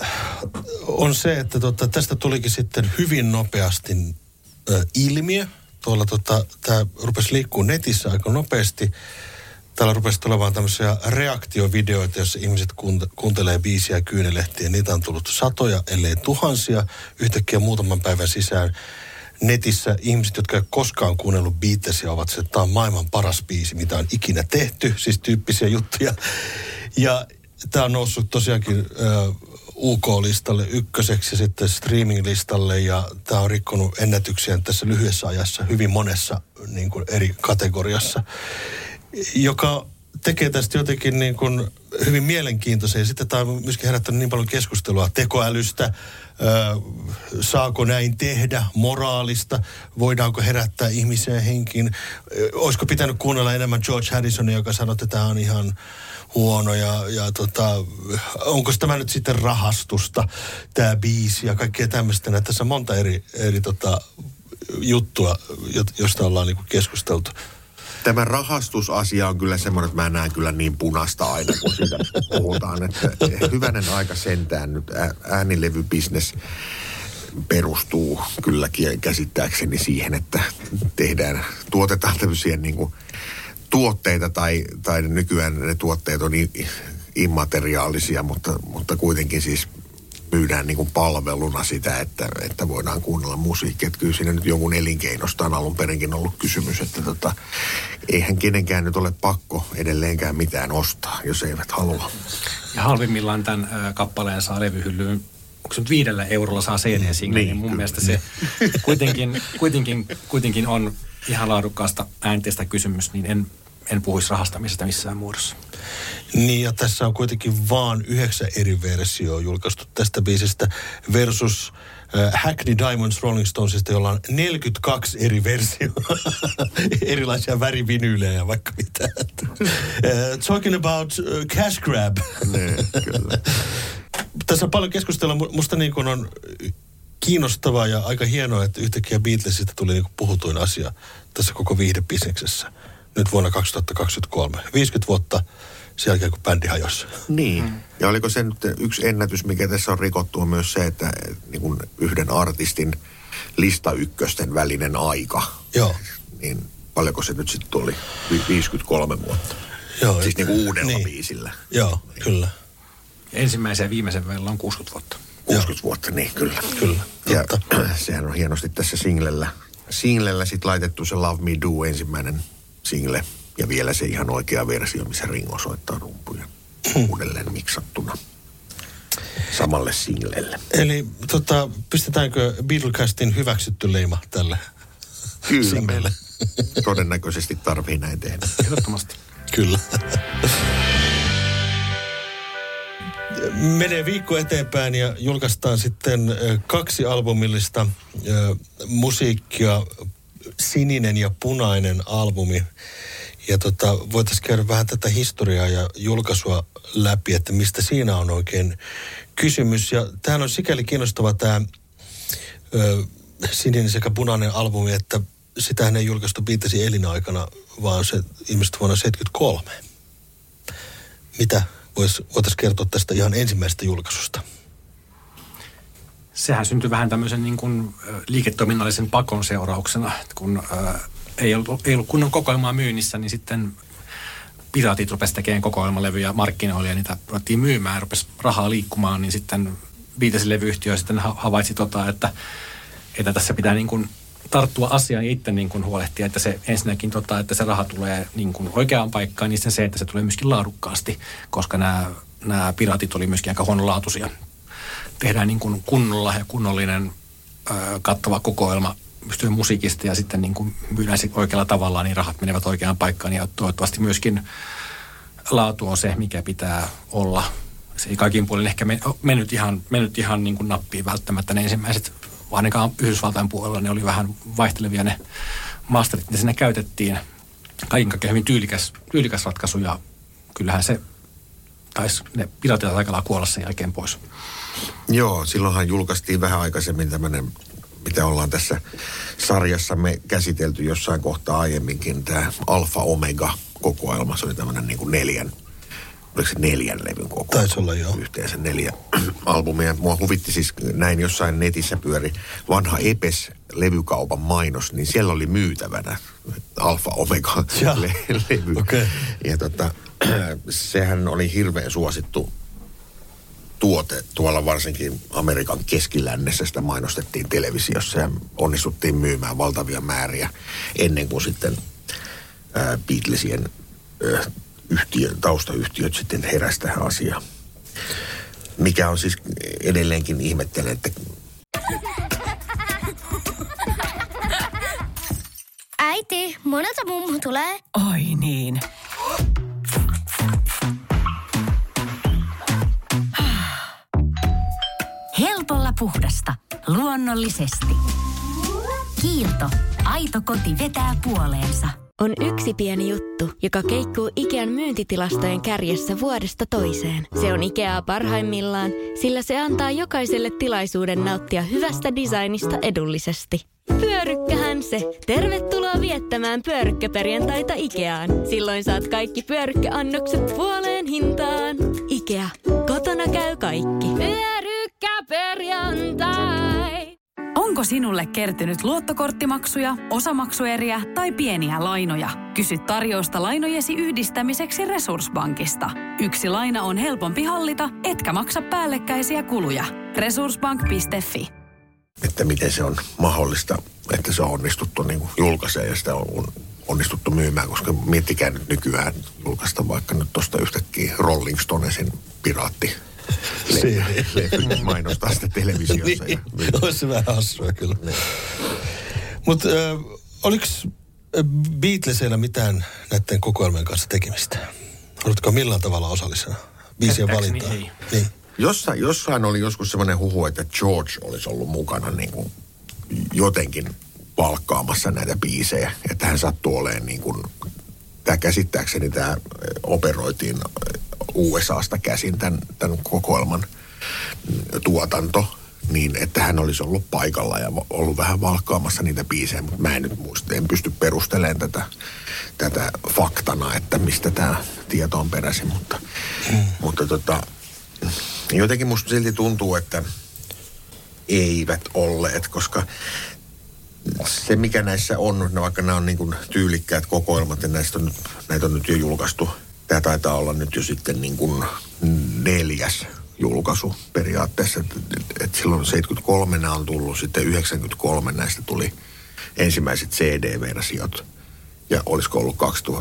on se, että tota, tästä tulikin sitten hyvin nopeasti ö, ilmiö. Tuolla tota, tämä rupesi liikkuu netissä aika nopeasti. Täällä rupesi tulemaan tämmöisiä reaktiovideoita, joissa ihmiset kuuntelee biisiä ja kyynelehtiä. Niitä on tullut satoja, ellei tuhansia. Yhtäkkiä muutaman päivän sisään netissä ihmiset, jotka ei koskaan kuunnellut Beatlesia, ovat se, että tämä on maailman paras biisi, mitä on ikinä tehty. Siis tyyppisiä juttuja. Ja tämä on noussut tosiaankin äh, U K-listalle ykköseksi ja sitten streaming-listalle. Ja tämä on rikkonut ennätyksiä tässä lyhyessä ajassa hyvin monessa niin kuin eri kategoriassa, joka tekee tästä jotenkin niin kuin hyvin mielenkiintoisen. Ja sitten tämä on myöskin herättänyt niin paljon keskustelua tekoälystä, ö, saako näin tehdä, moraalista, voidaanko herättää ihmisiä henkiin. Olisiko pitänyt kuunnella enemmän George Harrisonia, joka sanoi, että tämä on ihan huono ja, ja tota, onko tämä nyt sitten rahastusta, tämä biisi ja kaikkea tämmöistä. Tässä on monta eri, eri tota, juttua, josta ollaan niin kuin keskusteltu. Tämä rahastusasia on kyllä semmoinen, että mä näen kyllä niin punaista aina, kun siitä puhutaan. Että hyvänen aika sentään nyt äänilevybisnes perustuu kylläkin käsittääkseni siihen, että tehdään, tuotetaan tämmöisiä niin kuin tuotteita tai, tai nykyään ne tuotteet on immateriaalisia, mutta, mutta kuitenkin siis myydään niin kuin palveluna sitä, että, että voidaan kuunnella musiikkia. Että kyllä siinä nyt jonkun elinkeinosta on alun perinkin ollut kysymys, että tota, eihän kenenkään nyt ole pakko edelleenkään mitään ostaa, jos eivät halua. Ja halvimmillaan tämän äh, kappaleen saa levyhyllyyn, onko se nyt viidellä eurolla saa C D-single, niin mun kyllä, mielestä se kuitenkin, kuitenkin, kuitenkin on ihan laadukkaasta äänteestä kysymys, niin en, en puhuisi rahastamisesta missään muodossa. Niin, ja tässä on kuitenkin vaan yhdeksän eri versioa julkaistu tästä biisistä versus äh, Hackney Diamonds Rolling Stonesista, jolla on neljäkymmentäkaksi eri versioa. Erilaisia värivinyylejä ja vaikka mitä. uh, talking about uh, cash grab. Ne, kyllä. Tässä on paljon keskustelua. Musta niin kuin on kiinnostavaa ja aika hienoa, että yhtäkkiä Beatlesista tuli niin kuin puhutuin asia tässä koko viihdebisneksessä. Nyt vuonna kaksituhattakaksikymmentäkolme. viisikymmentä vuotta sen jälkeen, kun bändi hajosi. Niin. Mm. Ja oliko se nyt yksi ennätys, mikä tässä on rikottu, on myös se, että niin kuin yhden artistin listaykkösten välinen aika. Joo. Niin paljonko se nyt sitten tuli? viisikymmentäkolme vuotta. Joo. Siis niin kuin uudella niin. biisillä. Joo, niin. Kyllä. Ja ensimmäisen ja viimeisen välillä on kuusikymmentä vuotta. kuusikymmentä vuotta, niin kyllä. Kyllä, ja sehän on hienosti tässä singlellä. Singlellä sitten laitettu se Love Me Do ensimmäinen single. Ja vielä se ihan oikea versio, missä Ringo soittaa rumpuja uudelleen miksattuna samalle singlelle. Eli tota, pistetäänkö Beatlecastin hyväksytty leima tälle singlelle? Todennäköisesti tarvii näin tehdä. Ehdottomasti. Kyllä. Menee viikko eteenpäin ja julkaistaan sitten kaksi albumillista musiikkia, sininen ja punainen albumi. Ja tota, voitaisiin käydä vähän tätä historiaa ja julkaisua läpi, että mistä siinä on oikein kysymys. Ja tämähän on sikäli kiinnostava tämä ö, sininen sekä punainen albumi, että sitähän ei julkaistu Beatlesin elinaikana, vaan se ilmestyi vuonna seitsemänkymmentäkolme. Mitä vois, voitaisiin kertoa tästä ihan ensimmäisestä julkaisusta? Sehän syntyi vähän tämmöisen niin kuin liiketoiminnallisen pakon seurauksena, kun ää, ei ollut, ei ollut kunnon kokoelmaa myynnissä, niin sitten piraatit rupesivat tekemään kokoelmalevyjä markkinoille ja niitä ruvettiin myymään, rupesi rahaa liikkumaan, niin sitten Beatlesin levyyhtiö sitten havaitsi, tota, että, että tässä pitää niin kuin tarttua asiaan ja itse niin kuin huolehtia, että se ensinnäkin, tota, että se raha tulee niin kuin oikeaan paikkaan, niin sitten se, että se tulee myöskin laadukkaasti, koska nämä, nämä piraatit oli myöskin aika huonolaatuisia. Tehdään niin kuin kunnolla ja kunnollinen ö, kattava kokoelma pystyy musiikista ja sitten niin kuin myydään se oikealla tavalla, niin rahat menevät oikeaan paikkaan ja toivottavasti myöskin laatu on se, mikä pitää olla. Se ei kaikin puolin ehkä mennyt ihan, mennyt ihan niin kuin nappiin välttämättä ne ensimmäiset, ainakaan Yhdysvaltain puolella ne oli vähän vaihtelevia ne masterit, mitä siinä käytettiin. Kaiken kaikkiaan hyvin tyylikäs, tyylikäs ratkaisu ja kyllähän se taisi ne piratit aika lailla kuolla sen jälkeen pois. Joo, silloinhan julkaistiin vähän aikaisemmin tämmöinen, mitä ollaan tässä sarjassamme käsitelty jossain kohtaa aiemminkin, tämä Alfa Omega-kokoelma. Se oli tämmöinen niin kuin neljän, oliko se neljän levyn kokoelma? Taisi olla, joo. Yhteensä neljä albumia. Mua huvitti siis, näin jossain netissä pyöri vanha Epes-levykaupan mainos, niin siellä oli myytävänä Alfa Omega-levy. Okay. Ja tota, sehän oli hirveän suosittu tuote tuolla varsinkin Amerikan keskilännessä, sitä mainostettiin televisiossa ja onnistuttiin myymään valtavia määriä ennen kuin sitten ää, Beatlesien ää, yhtiö, taustayhtiöt sitten heräsi tähän asiaan. Mikä on siis edelleenkin ihmettelen, että... Äiti, monelta mummu tulee? Oi niin. Helpolla puhdasta. Luonnollisesti. Kiilto. Aito koti vetää puoleensa. On yksi pieni juttu, joka keikkuu Ikean myyntitilastojen kärjessä vuodesta toiseen. Se on Ikeaa parhaimmillaan, sillä se antaa jokaiselle tilaisuuden nauttia hyvästä designista edullisesti. Pyörykkähän se. Tervetuloa viettämään pyörykkäperjantaita Ikeaan. Silloin saat kaikki pyörykkäannokset puoleen hintaan. Ikea. Kotona käy kaikki. Pyörykkäperjantai. Onko sinulle kertynyt luottokorttimaksuja, osamaksueriä tai pieniä lainoja? Kysy tarjousta lainojesi yhdistämiseksi Resurssbankista. Yksi laina on helpompi hallita, etkä maksa päällekkäisiä kuluja. Resurssbank piste fi. Että miten se on mahdollista, että se on onnistuttu niin kuin julkaisemaan ja sitä on onnistuttu myymään, koska miettikää nyt nykyään julkaista vaikka nyt tuosta yhtäkkiä Rolling Stonesin piraatti. Levy mainostaa sitä televisiossa. Niin, olisi se vähän hassua kyllä. Mutta äh, oliko Beatlesilla mitään näiden kokoelmien kanssa tekemistä? Oletko millään tavalla osallisena biisien valintaan? Ei. Niin. Jossain, jossain oli joskus semmoinen huhu, että George olisi ollut mukana niin kuin jotenkin palkkaamassa näitä biisejä. Että hän sattui olemaan niin kuin, tämä käsittääkseni tämä operoitiin U S A:sta käsin tämän, tämän kokoelman tuotanto, niin että hän olisi ollut paikalla ja ollut vähän valkkaamassa niitä biisejä, mutta mä en nyt muista, en pysty perustelemaan tätä, tätä faktana, että mistä tämä tieto on peräisin, mutta, mm. mutta tota, jotenkin musta silti tuntuu, että eivät olleet, koska se mikä näissä on, vaikka nämä on niin kuin tyylikkäät kokoelmat ja näistä on nyt, näitä on nyt jo julkaistu. Tämä taitaa olla nyt jo sitten niin kuin neljäs julkaisu periaatteessa. Et, et silloin seitsemänkymmentäkolme nämä on tullut, sitten yhdeksänkymmentäkolme näistä tuli ensimmäiset C D-versiot. Ja olisiko ollut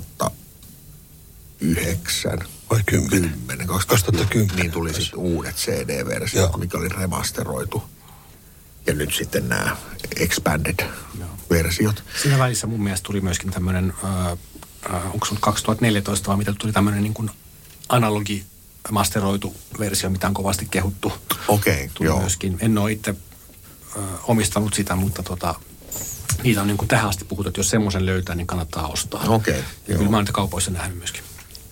kaksituhattayhdeksän? Vai kymmenen? kymmenen kaksituhattakymmenen. Niin tuli sitten uudet C D-versiot, mikä oli remasteroitu. Ja nyt sitten nämä expanded-versiot. Siinä välissä mun mielestä tuli myöskin tämmöinen... Äh, onko se kaksituhattaneljätoista vai mitä tuli tämmöinen niin kuin analogi masteroitu versio, mitä on kovasti kehuttu. Okei, okay, joo. Myöskin. En ole itse ö, omistanut sitä, mutta tota, niitä on niin kuin tähän asti puhuttu, että jos semmoisen löytää, niin kannattaa ostaa. Okei, okay, ja kyllä mä oon niitä kaupoissa nähnyt myöskin.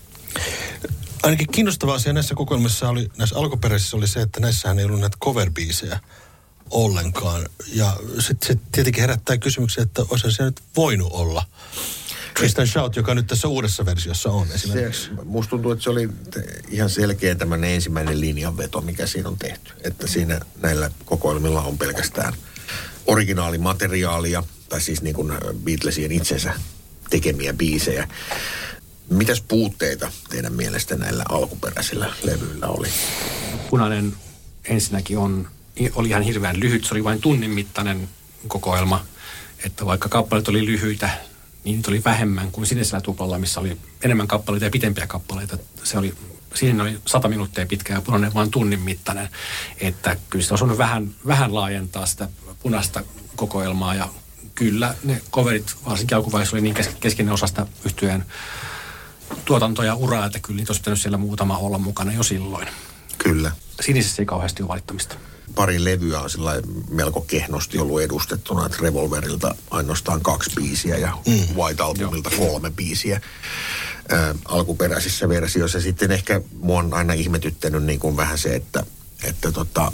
Ainakin kiinnostava asia näissä kokoelmissa oli, näissä alkuperäisissä oli se, että näissähän ei ollut näitä cover-biisejä ollenkaan. Ja sitten se tietenkin herättää kysymyksiä, että olisi se nyt voinut olla. Twist and Shout, joka nyt tässä uudessa versiossa on esimerkiksi. Se, musta tuntuu, että se oli ihan selkeä tämmöinen ensimmäinen linjanveto, mikä siinä on tehty. Että siinä näillä kokoelmilla on pelkästään originaalimateriaalia, tai siis niin kuin Beatlesien itsensä tekemiä biisejä. Mitäs puutteita teidän mielestä näillä alkuperäisillä levyillä oli? Punainen ensinnäkin on, oli ihan hirveän lyhyt. Se oli vain tunnin mittainen kokoelma, että vaikka kappaleet oli lyhyitä, niin niitä oli vähemmän kuin Sinisellä tuplalla, missä oli enemmän kappaleita ja pitempiä kappaleita. Se oli, siinä oli sata minuuttia pitkä ja Punainen vain tunnin mittainen. Että kyllä sitä olisi vähän, vähän laajentaa sitä punaista kokoelmaa ja kyllä ne coverit, varsinkin alkuvaiheessa, oli niin keskeinen osa sitä yhtyeen tuotantoa ja uraa, että kyllä niitä olisi pitänyt siellä muutama olla mukana jo silloin. Kyllä. Sinisessä ei kauheasti ole valittamista. Pari levyä on sillä melko kehnosti ollut edustettuna, että Revolverilta ainoastaan kaksi biisiä ja mm. White Albumilta kolme biisiä ää, alkuperäisissä versioissa. Sitten ehkä mua on aina ihmetyttänyt niin kuin vähän se, että, että tota,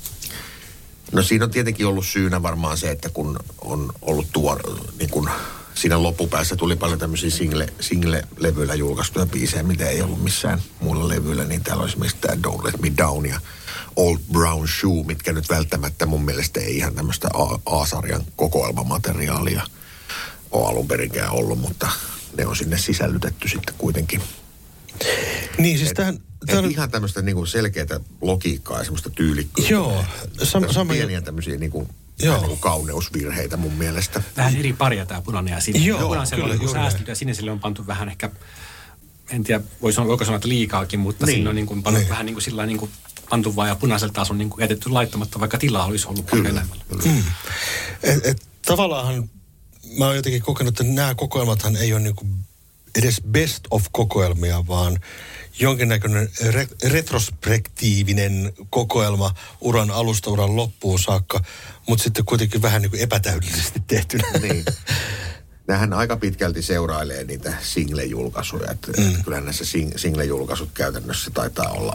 no siinä on tietenkin ollut syynä varmaan se, että kun on ollut tuo, niin kuin siinä loppupäässä tuli paljon tämmöisiä single, single-levyillä julkaistuja biisejä, mitä ei ollut missään muulla levyillä, niin täällä on esimerkiksi tämä Don't Let Me Down ja Old Brown Shoe, mitkä nyt välttämättä mun mielestä ei ihan tämmöistä A-sarjan kokoelmamateriaalia ole alun perinkään ollut, mutta ne on sinne sisällytetty sitten kuitenkin. Niin siis et, tähän... et ihan tämmöistä niinku selkeää logiikkaa ja semmoista tyylikköä. Joo. Sam, sama, pieniä tämmöisiä niinku, niinku kauneusvirheitä mun mielestä. Vähän eri paria tämä Punainen ja Sininen. Joo, Punaisella on niinku säästetty ja Siniselle on pantu vähän ehkä, en tiedä, voisi sanoa, voiko sanoa, että liikaakin, mutta niin. Siinä on niinku pantu niin. vähän niin kuin sillä niin pantu vaan ja Punaisella taas on niin kuin jätetty laittamatta, vaikka tilaa olisi ollut paljon enemmän. Mm. Et, et, tavallaanhan mä oon jotenkin kokenut, että nämä kokoelmathan ei ole niin kuin edes best of kokoelmia, vaan jonkinnäköinen re- retrospektiivinen kokoelma uran alusta uran loppuun saakka, mutta sitten kuitenkin vähän niin kuin epätäydellisesti tehtynä. Niin. Nämähän aika pitkälti seurailee niitä single-julkaisuja. Että mm. Kyllähän näissä sing- single-julkaisut käytännössä taitaa olla,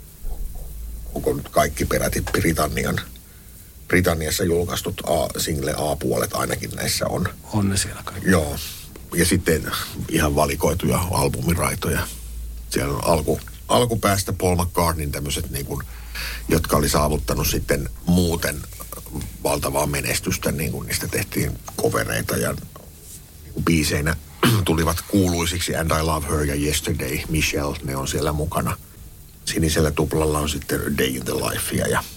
onko nyt kaikki peräti Britannian, Britanniassa julkaistut A, single A-puolet ainakin näissä on. On ne siellä kaikki. Joo. Ja sitten ihan valikoituja albumiraitoja. Siellä on alku, alkupäästä Paul McCartneyn tämmöiset, niin kuin, jotka oli saavuttanut sitten muuten valtavaa menestystä, niin kuin niistä tehtiin covereita ja niin kuin biiseinä tulivat kuuluisiksi And I Love Her ja Yesterday, Michelle, ne on siellä mukana. Sinisellä tuplalla on sitten Day in the Lifea ja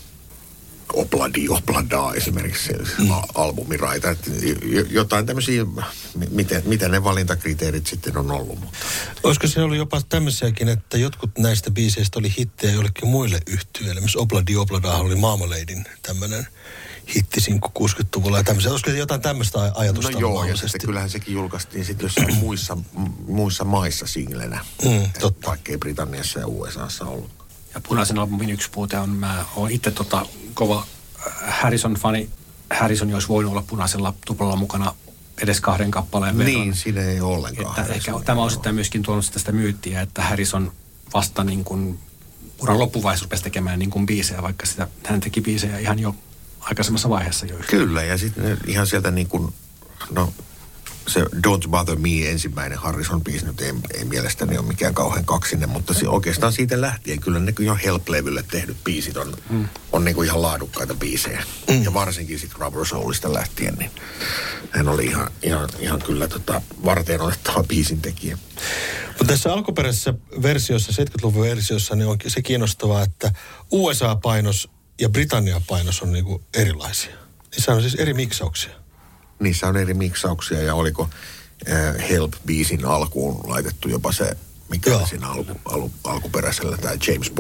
Obladi, Oblada esimerkiksi mm. albumiraita. Että jotain tämmöisiä, miten, mitä ne valintakriteerit sitten on ollut. Mutta. Olisiko se ollut jopa tämmöisiäkin, että jotkut näistä biiseistä oli hittejä jollekin muille yhtyeille? Esimerkiksi Obladi, Oblada oli Marmaladen tämmöinen hittisinkku kuusikymmentäluvulla ja tämmöisiä. Olisiko jotain tämmöistä ajatusta? No joo, ja sitten kyllähän sekin julkaistiin sitten jossain muissa, muissa maissa singlenä. Mm, totta. Vaikkei Britanniassa ja U S A:ssa ollut. Ja Punaisen albumin yksi puute on, mä oon itse tota kova Harrison-fani. Harrison olisi voinut olla Punaisella tuplalla mukana edes kahden kappaleen verran. Niin, siinä ei ole ollenkaan. Että ehkä tämä on sitten myöskin tuonut sitä myyttiä, että Harrison vasta niin kuin uran loppuvaiheessa rupesi tekemään niin kuin biisejä, vaikka sitä, hän teki biisejä ihan jo aikaisemmassa vaiheessa jo. Kyllä, ja sitten ihan sieltä niin kuin, no se Don't Bother Me ensimmäinen Harrison-biisi nyt ei, ei mielestäni ole mikään kauhean kaksinen, mutta se oikeastaan siitä lähtien kyllä ne jo Help-levylle tehdyt biisit on, mm. on niin kuin ihan laadukkaita biisejä. Mm. Ja varsinkin sitten Rubber Soulista lähtien, niin hän oli ihan, ihan, ihan kyllä tota varten otettava biisintekijä. Mutta tässä alkuperäisessä versiossa, seitsemänkymmentäluvun versiossa, niin on se kiinnostavaa, että U S A-painos ja Britannia-painos on niinku erilaisia. Niissä on siis eri miksauksia. Niissä on eri miksauksia ja oliko äh, Help-biisin alkuun laitettu jopa se, mikä Joo. oli siinä alku, alku, alkuperäisellä, tämä James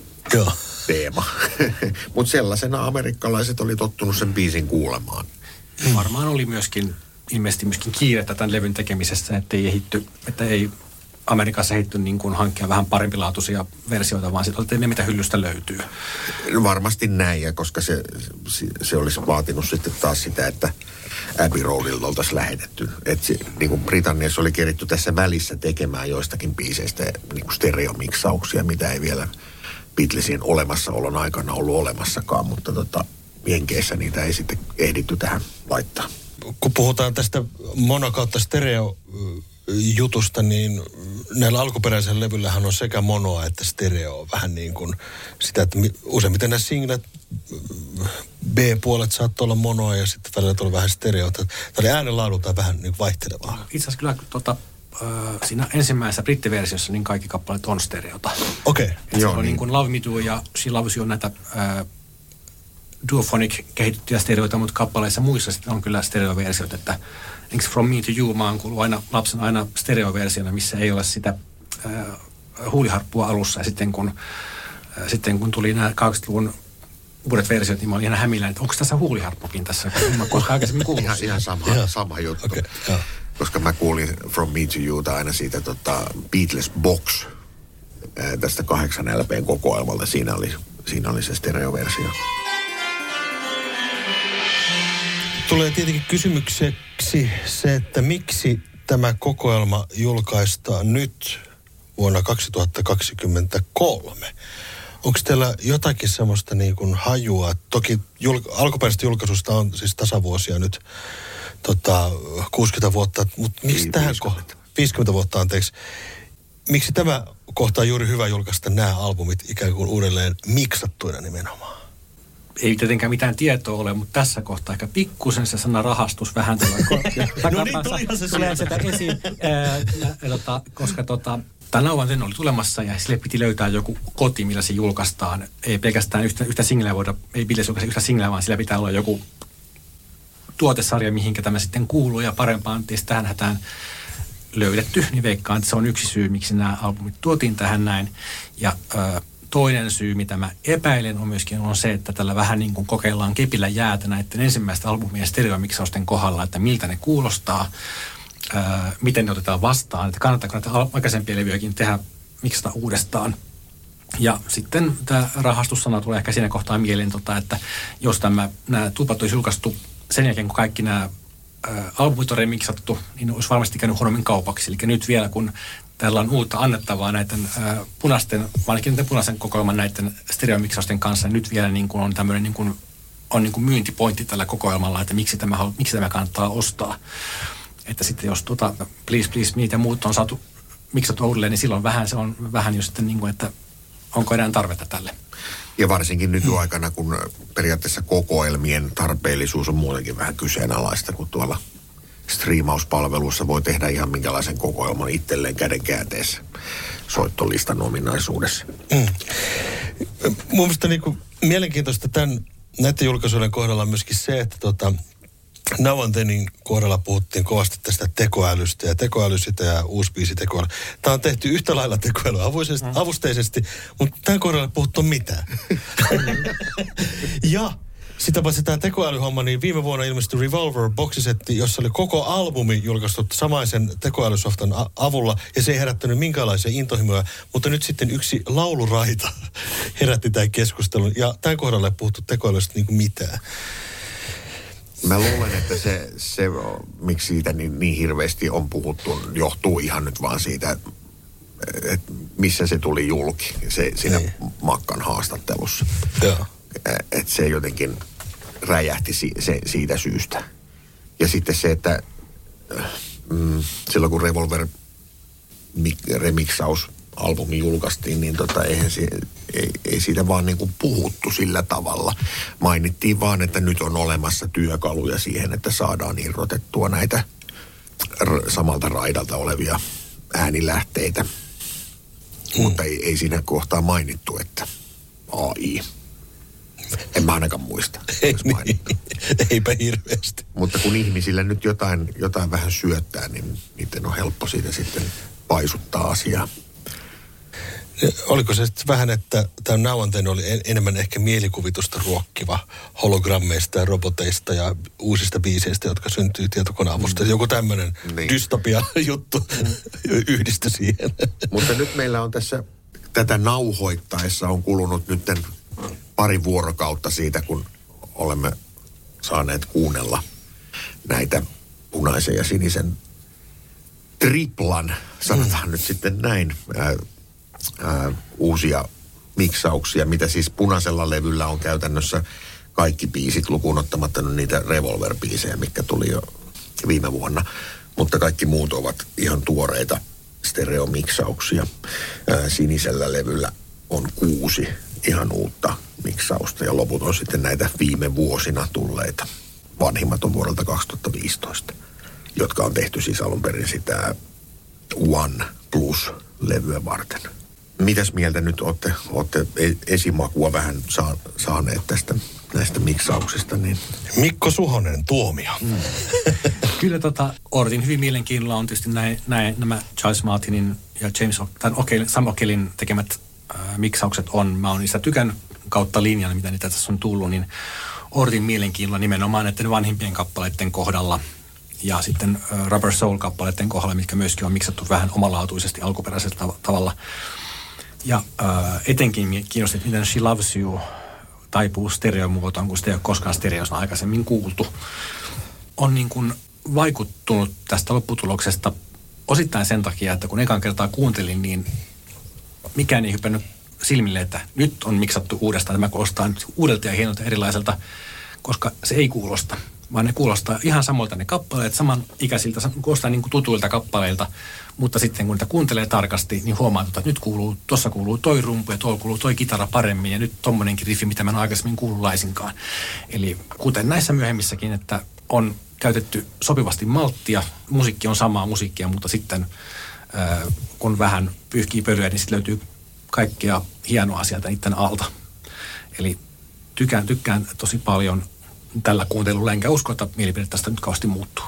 Bond-teema. Mutta sellaisena amerikkalaiset oli tottunut sen biisin kuulemaan. Hmm. Varmaan oli myöskin, ilmeisesti myöskin kiirettä tämän levyn tekemisessä, että ei ehitty, että ei Amerikassa ehitty niin kuin hankkia vähän parempilaatuisia versioita, vaan sitten oli ne, mitä hyllystä löytyy. No varmasti näin, ja koska se, se, se olisi vaatinut sitten taas sitä, että Abbey Roadilta oltaisiin lähetetty. Että niin kuin Britanniassa oli keritty tässä välissä tekemään joistakin biiseistä niin kuin stereomiksauksia, mitä ei vielä Beatlesien olemassaolon aikana ollut olemassakaan, mutta tota, Jenkeissä niitä ei sitten ehditty tähän laittaa. Kun puhutaan tästä mono kautta stereo jutusta, niin näillä alkuperäisellä levyllähän on sekä monoa että stereo. Vähän niin kuin sitä, että useimmiten nämä singlet B-puolet saattoi olla monoa ja sitten välillä tuli vähän stereota. Tämä oli äänenlaadultaan vähän niin vaihtelevaa. Itse asiassa kyllä tota, äh, siinä ensimmäisessä brittiversiossa niin kaikki kappaleet on stereota. Okei. Okay. Se on niin. niin kuin Love Me Do ja She Loves You on näitä äh, duophonic kehitettyjä stereoita, mutta kappaleissa muissa sitten on kyllä stereoversiot, että esimerkiksi From Me to You mä oon kuullut aina lapsen aina stereoversiona, missä ei ole sitä äh, huuliharppua alussa ja sitten kun, äh, sitten kun tuli nämä kaksikymmentäluvun uudet versiot, niin mä olin ihan hämillään, että onko tässä huuliharppukin tässä, kun mä koskaan aikaisemmin kuullut. Ihan, ihan sama, yeah. sama juttu. Okay, yeah. Koska mä kuulin From Me to Youta aina siitä tota, Beatles Box ää, tästä kahdeksan L P:n kokoelmalta. Siinä oli, siinä oli se stereoversio. Tulee tietenkin kysymykseksi se, että miksi tämä kokoelma julkaistaan nyt vuonna kaksituhattakaksikymmentäkolme. Onko teillä jotakin semmoista niin kuin hajua? Toki julka- alkuperäisestä julkaisusta on siis tasavuosia nyt tota, kuusikymmentä vuotta, mutta miksi tähän kohtaan, viisikymmentä vuotta anteeksi, miksi tämä kohta on juuri hyvä julkaista nämä albumit ikään kuin uudelleen miksattuina nimenomaan? Ei tietenkään mitään tietoa ole, mutta tässä kohtaa ehkä pikkusen se sana rahastus vähän tulee. No niin, tulihan se tulee sieltä esiin, ää, tota, koska tota, tämä Now and Then oli tulemassa ja sille piti löytää joku koti, millä se julkaistaan. Ei pelkästään yhtä, yhtä singleä voida, ei Beatles julkaista yhtä singleä, vaan sillä pitää olla joku tuotesarja, mihinkä tämä sitten kuuluu ja parempaan tietysti tähän hätään löydetty. Niin veikkaan, että se on yksi syy, miksi nämä albumit tuotiin tähän näin. Ja ö, toinen syy, mitä mä epäilen, on myöskin on se, että tällä vähän niin kuin kokeillaan kepillä jäätä näiden ensimmäistä albumien stereomiksausten kohdalla, että miltä ne kuulostaa. Öö, miten ne otetaan vastaan, että kannattaako näitä aikaisempia levyjäkin tehdä, miksata uudestaan. Ja sitten tämä rahastussana tulee ehkä siinä kohtaa mieleen, tota, että jos tämä, nämä tupat olisi julkaistu sen jälkeen, kun kaikki nämä ää, albumit on remiksattu, niin olisi varmasti käynyt huonommin kaupaksi. Eli nyt vielä, kun täällä on uutta annettavaa näiden ää, punaisten, ainakin näiden punaisen kokoelman näiden stereomiksausten kanssa, nyt vielä niin kuin on tämmöinen niin kuin, on niin kuin myyntipointti tällä kokoelmalla, että miksi tämä, miksi tämä kannattaa ostaa. Että sitten jos tuota Please Please Me ja muut on saatu miksattu uudelleen, niin silloin vähän se on vähän jo sitten niin kuin, että onko enää tarvetta tälle. Ja varsinkin nykyaikana, kun periaatteessa kokoelmien tarpeellisuus on muutenkin vähän kyseenalaista, kun tuolla striimauspalvelussa voi tehdä ihan minkälaisen kokoelman itselleen käden käänteessä soittolistan ominaisuudessa. Mm. Mun mielestä niin kuin mielenkiintoista tämän, näiden julkaisujen kohdalla on myöskin se, että tota, Now and Thenin kohdalla puhuttiin kovasti tästä tekoälystä ja tekoäly sitä ja uusi biisi tekoäly. Tämä on tehty yhtä lailla tekoäly avuisesti, avusteisesti, mutta tämän kohdalla ei puhuttu mitään. Ja sitä paitsi tämä tekoälyhomma, niin viime vuonna ilmestyi Revolver boksisetti, jossa oli koko albumi julkaistu samaisen tekoälysoftan avulla, ja se ei herättänyt minkäänlaisia intohimoja, mutta nyt sitten yksi lauluraita herätti tämän keskustelun, ja tämän kohdalla ei puhuttu tekoälystä niin kuin mitään. Mä luulen, että se, se miksi siitä niin, niin hirveästi on puhuttu, johtuu ihan nyt vaan siitä, että et missä se tuli julki, se, siinä ei. Makkan haastattelussa. Että se jotenkin räjähti si, se, siitä syystä. Ja sitten se, että mm, silloin kun Revolver remiksaus albumi julkaistiin, niin tota, eihän se, ei, ei siitä vaan niin kuin puhuttu sillä tavalla. Mainittiin vaan, että nyt on olemassa työkaluja siihen, että saadaan irrotettua näitä r- samalta raidalta olevia äänilähteitä. Mm. Mutta ei, ei siinä kohtaa mainittu, että A I. En mä ainakaan muista. Ei, niin. Eipä hirveästi. Mutta kun ihmisillä nyt jotain, jotain vähän syöttää, niin niiden on helppo siitä sitten paisuttaa asiaa. Oliko se sitten vähän, että tämä Now and Then oli enemmän ehkä mielikuvitusta ruokkiva hologrammeista ja roboteista ja uusista biiseistä, jotka syntyy tietokoneavusta. Mm. Joku tämmöinen niin. dystopia-juttu mm. yhdistyi siihen. Mutta nyt meillä on tässä, tätä nauhoittaessa on kulunut nyt pari vuorokautta siitä, kun olemme saaneet kuunnella näitä punaisen ja sinisen triplan, sanotaan mm. nyt sitten näin, ää, ää, uusia miksauksia, mitä siis punaisella levyllä on käytännössä kaikki biisit, lukuun ottamatta niitä Revolver-biisejä, mitkä tuli jo viime vuonna, mutta kaikki muut ovat ihan tuoreita stereomiksauksia. Ää, sinisellä levyllä on kuusi ihan uutta miksausta ja loput on sitten näitä viime vuosina tulleita. Vanhimmat on vuodelta kaksituhattaviisitoista, jotka on tehty siis alun perin sitä One Plus-levyä varten. Mitäs mieltä nyt olette, olette esimakua vähän saa, saaneet tästä näistä miksauksista? Niin? Mikko Suhonen, tuomio. Mm. Kyllä tota, odotin hyvin mielenkiinnolla on tietysti näin, näin, nämä Charles Martinin ja James tai O'Kelin, Sam O'Kelin tekemät äh, miksaukset on. Mä oon niistä tykännyt kautta linjan, mitä niitä tässä on tullut, niin odotin mielenkiinnolla nimenomaan näiden vanhimpien kappaleiden kohdalla ja sitten äh, Rubber Soul-kappaleiden kohdalla, mitkä myöskin on miksattu vähän omalaatuisesti alkuperäisellä tav- tavalla. Ja äh, etenkin kiinnosti, miten She Loves You taipuu stereomuotoon, kun sitä ei ole koskaan stereosna aikaisemmin kuultu. On niin kuin vaikuttunut tästä lopputuloksesta osittain sen takia, että kun ekan kertaa kuuntelin, niin mikään ei hypännyt silmille, että nyt on miksattu uudestaan. Tämä kuulostaa nyt uudelta ja hienolta erilaiselta, koska se ei kuulosta, vaan ne kuulostaa ihan samoilta ne kappaleet, saman ikäisiltä, kuulostaa niin kuin tutuilta kappaleilta, mutta sitten kun niitä kuuntelee tarkasti, niin huomaa, että nyt kuuluu, tuossa kuuluu toi rumpu ja tuolla kuuluu toi kitara paremmin ja nyt tommonenkin riffi, mitä mä en aikaisemmin kuullut laisinkaan. Eli kuten näissä myöhemmissäkin, että on käytetty sopivasti malttia, musiikki on samaa musiikkia, mutta sitten äh, kun vähän pyyhkii pölyä, niin sitten löytyy kaikkea hienoa sieltä niiden alta. Eli tykkään, tykkään tosi paljon tällä kuuntelulla, enkä usko, että mielipide tästä nyt kauheasti muuttuu.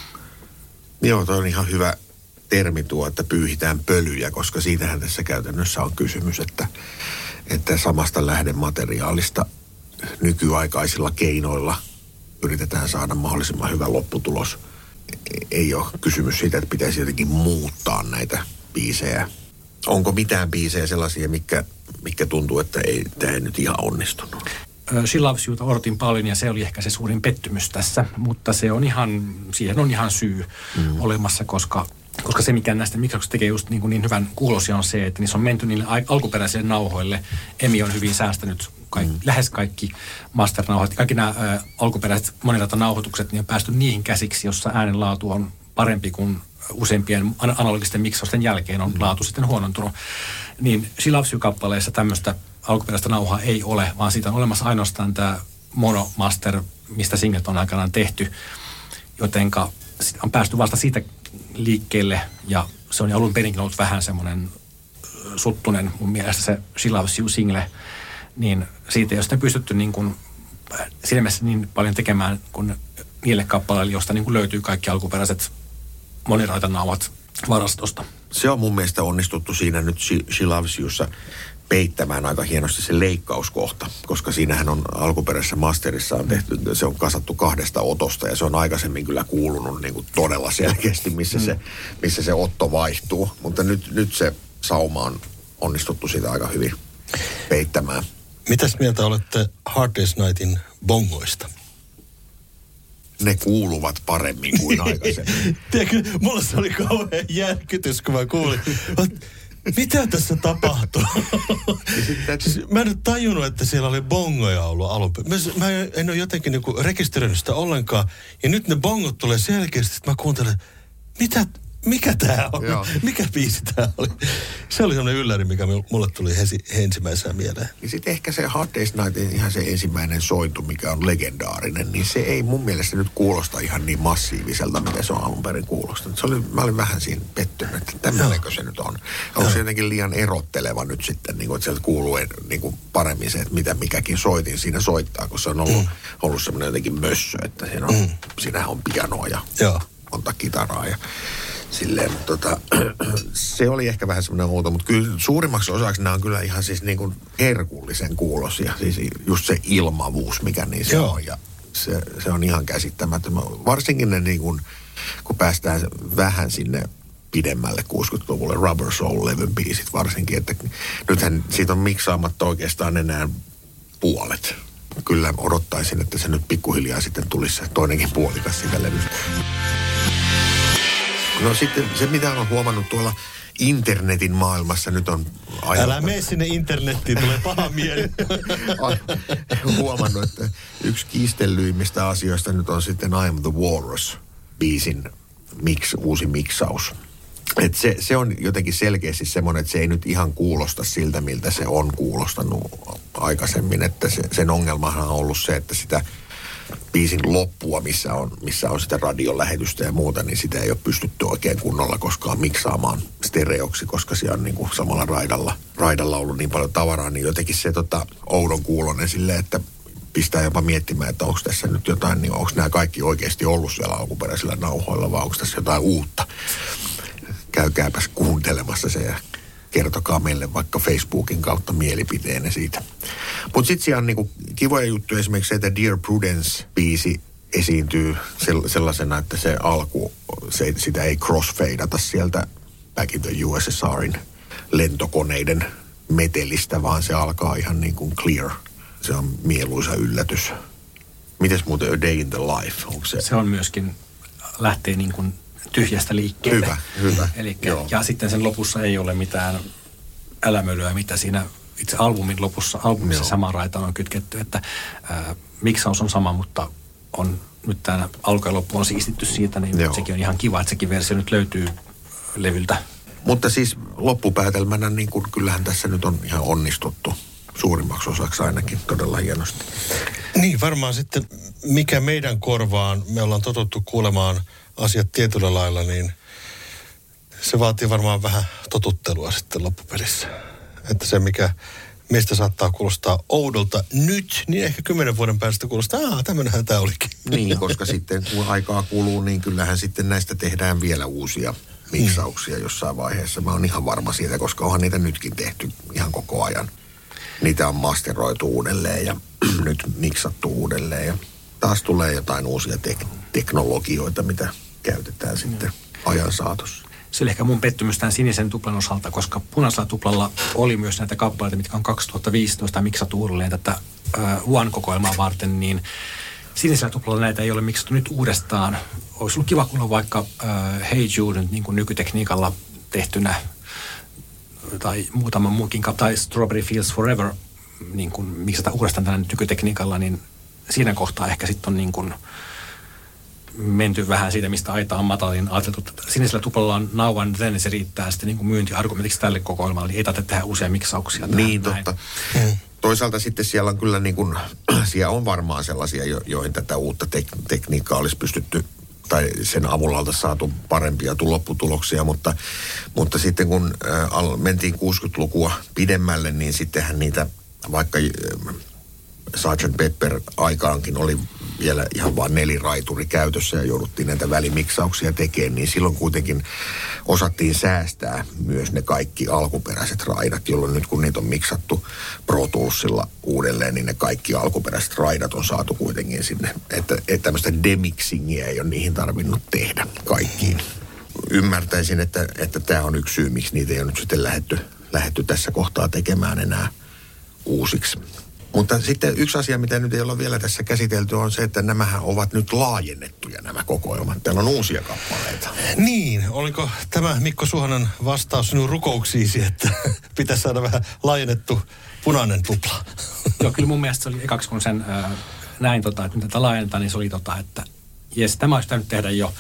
Joo, toi on ihan hyvä termi tuo, että pyyhitään pölyjä, koska siitähän tässä käytännössä on kysymys, että, että samasta lähdemateriaalista nykyaikaisilla keinoilla yritetään saada mahdollisimman hyvä lopputulos. Ei ole kysymys siitä, että pitäisi jotenkin muuttaa näitä biisejä. Onko mitään biisejä sellaisia, mitkä, mitkä tuntuu, että ei, tämä ei nyt ihan onnistunut? She Loves Youta odotin paljon ja se oli ehkä se suurin pettymys tässä, mutta se on ihan, siihen on ihan syy mm. olemassa, koska, koska se mikä näistä miksauksista tekee just niin, kuin niin hyvän kuulosia on se, että niissä on menty niille alkuperäisille nauhoille. Emi on hyvin säästänyt kaikki, mm. lähes kaikki masternauhat. Kaikki nämä ä, alkuperäiset monirata-nauhoitukset, niin on päästy niihin käsiksi, jossa äänenlaatu on parempi kuin useimpien analogisten miksausten jälkeen on mm. laatu sitten huonontunut. Niin She Loves You-kappaleissa tämmöistä alkuperäistä nauhaa ei ole, vaan siitä on olemassa ainoastaan tämä monomaster, mistä singlet on aikanaan tehty, jotenka on päästy vasta siitä liikkeelle, ja se on alun perinkin ollut vähän semmoinen suttunen mun mielestä se She Loves You-single, niin siitä ei ole sitten pystytty niin kuin siinä mielessä niin paljon tekemään kuin niille kappaleille, josta niin kuin löytyy kaikki alkuperäiset moniraitanauhat varastosta. Se on mun mielestä onnistuttu siinä nyt She, She Loves Youssa peittämään aika hienosti se leikkauskohta, koska siinähän on alkuperäisessä masterissa on tehty, se on kasattu kahdesta otosta ja se on aikaisemmin kyllä kuulunut niin kuin todella selkeästi, missä, mm. se, missä se otto vaihtuu, mutta nyt, nyt se sauma on onnistuttu sitä aika hyvin peittämään. Mitäs mieltä olette Hard Day's Nightin bongoista? Ne kuuluvat paremmin kuin aikaisemmin. Tiedätkö, mulla se oli kauhean järkytys, kun mä kuulin. Mitä tässä tapahtuu? Siis, mä en nyt tajunnut, että siellä oli bongoja ollut alun perin. Mä, mä en ole jotenkin niinku rekisteröinyt sitä ollenkaan. Ja nyt ne bongot tulee selkeästi, että mä kuuntelen, mitä, mikä tää on? Joo. Mikä biisi tää oli? Se oli sellainen ylläri, mikä mulle tuli hesi, ensimmäisenä mieleen. Ja sitten ehkä se Hard Day's Night, ihan se ensimmäinen sointu, mikä on legendaarinen, niin se ei mun mielestä nyt kuulosta ihan niin massiiviselta, mitä se on alun perin kuulostanut. Se oli, mä olin vähän siinä pettynyt, että tämmöinenkö se nyt on. Onko se jotenkin liian erotteleva nyt sitten, niin kuin, että sieltä kuuluu niin kuin paremmin se, että mitä mikäkin soitin siinä soittaa, kun se on ollut, mm. ollut semmoinen jotenkin mössö, että siinä on, mm. siinähän on pianoa ja Joo. monta kitaraa ja silleen, mutta tota, se oli ehkä vähän semmoinen outo, mutta kyllä suurimmaksi osaksi nämä on kyllä ihan siis niin kuin herkullisen kuulosia. Siis just se ilmavuus, mikä niissä Joo. on ja se, se on ihan käsittämätön. Varsinkin ne niin kuin, kun päästään vähän sinne pidemmälle kuusikymmentäluvulle Rubber Soul-levyn biisit varsinkin, että nythän siitä on miksaamatta oikeastaan enää puolet. Kyllä odottaisin, että se nyt pikkuhiljaa sitten tulisi se toinenkin puolikas siitä levystä. No sitten se, mitä olen huomannut tuolla internetin maailmassa, nyt on aina... Älä mene sinne internettiin, tulee paha mieli. Huomannut, että yksi kiistellyimmistä asioista nyt on sitten I Am The Walrus-biisin mix, uusi miksaus. Et se, se on jotenkin selkeästi semmoinen, että se ei nyt ihan kuulosta siltä, miltä se on kuulostanut aikaisemmin. Että se, sen ongelmahan on ollut se, että sitä biisin loppua, missä on, missä on sitä radion lähetystä ja muuta, niin sitä ei ole pystytty oikein kunnolla koskaan miksaamaan stereoksi, koska siellä on niin kuin samalla raidalla, raidalla ollut niin paljon tavaraa, niin jotenkin se tota, oudon kuulonen silleen, että pistää jopa miettimään, että onko tässä nyt jotain, niin onko nämä kaikki oikeasti ollut siellä alkuperäisillä nauhoilla, vai onko tässä jotain uutta. Käykääpäs kuuntelemassa se ja kertokaa meille vaikka Facebookin kautta mielipiteenne siitä. Mutta sitten siellä on niinku kivoja juttuja, esimerkiksi se, että Dear Prudence-biisi esiintyy sellaisena, että se alku, se, sitä ei crossfadeata sieltä Back in the U S S R:in lentokoneiden metelistä, vaan se alkaa ihan niin kuin clear. Se on mieluisa yllätys. Mites muuten A Day in the Life? Onko se? Se on myöskin, lähtee niin kuin tyhjästä liikkeelle. Hyvä, hyvä. Elikkä, ja sitten sen lopussa ei ole mitään älämölyä, mitä siinä itse albumin lopussa, albumissa sama raita on kytketty, että äh, miksaus on sama, mutta on nyt tämä alku ja loppu on siistitty siitä, niin Joo. sekin on ihan kiva, että sekin versio nyt löytyy levyltä. Mutta siis loppupäätelmänä, niin kun, kyllähän tässä nyt on ihan onnistuttu. Suurimmaksi osaksi ainakin todella hienosti. Niin, varmaan sitten mikä meidän korvaan, me ollaan totuttu kuulemaan asiat tietyllä lailla, niin se vaatii varmaan vähän totuttelua sitten loppupelissä. Että se, mikä meistä saattaa kuulostaa oudolta nyt, niin ehkä kymmenen vuoden päästä kuulostaa, aah, tämmönenhän tämä olikin. Niin, koska sitten kun aikaa kuluu, niin kyllähän sitten näistä tehdään vielä uusia miksauksia mm. jossain vaiheessa. Mä oon ihan varma siitä, koska onhan niitä nytkin tehty ihan koko ajan. Niitä on masteroitu uudelleen ja nyt miksattu uudelleen ja taas tulee jotain uusia tek- teknologioita, mitä käytetään mm. sitten ajan saatossa. Se oli ehkä mun pettymys tämän sinisen tuplan osalta, koska punaisella tuplalla oli myös näitä kappaleita, mitkä on kaksituhattaviisitoista miksattu uudelleen tätä uh, One-kokoelmaa varten, niin sinisellä tuplalla näitä ei ole miksattu nyt uudestaan. Olisi ollut kiva kuulla vaikka uh, Hey Jude niin kuin nykytekniikalla tehtynä tai muutaman muunkin tai Strawberry Fields Forever niin kuin miksata uudestaan tällä nykytekniikalla, niin siinä kohtaa ehkä sitten on niin kuin menty vähän siitä, mistä aita on matalin. Ajateltu, että sinisellä tuplalla on now and then, se riittää sitten niin kuin myyntiargumentiksi tälle kokoelmalle, eli ei tarvitse tehdä uusia miksauksia. Niin, totta. Mm. Toisaalta sitten siellä on kyllä niin kuin, siellä on varmaan sellaisia, jo, joihin tätä uutta tek- tekniikkaa olisi pystytty, tai sen avulla oltaisiin saatu parempia lopputuloksia, mutta, mutta sitten kun äh, mentiin kuusikymmentälukua pidemmälle, niin sittenhän niitä, vaikka äh, sergeant Pepper aikaankin oli vielä ihan vaan neliraituri käytössä ja jouduttiin näitä välimiksauksia tekemään, niin silloin kuitenkin osattiin säästää myös ne kaikki alkuperäiset raidat, jolloin nyt kun niitä on miksattu Pro Toolsilla uudelleen, niin ne kaikki alkuperäiset raidat on saatu kuitenkin sinne, että, että tämmöistä demixingiä ei ole niihin tarvinnut tehdä kaikkiin. Ymmärtäisin, että, että tämä on yksi syy, miksi niitä ei ole nyt sitten lähdetty, lähdetty tässä kohtaa tekemään enää uusiksi. Mutta sitten yksi asia, mitä nyt ei ole vielä tässä käsitelty, on se, että nämähän ovat nyt laajennettuja nämä kokoelmat. Täällä on uusia kappaleita. Niin, oliko tämä Mikko Suhonen vastaus sinun rukouksiisi, että pitäisi saada vähän laajennettu punainen tupla? Joo, kyllä mun mielestä se oli ekaksi, kun sen äh, näin, tota, että tätä laajennetaan, niin se oli tota, että jes, tämä olisi täytynyt tehdä jo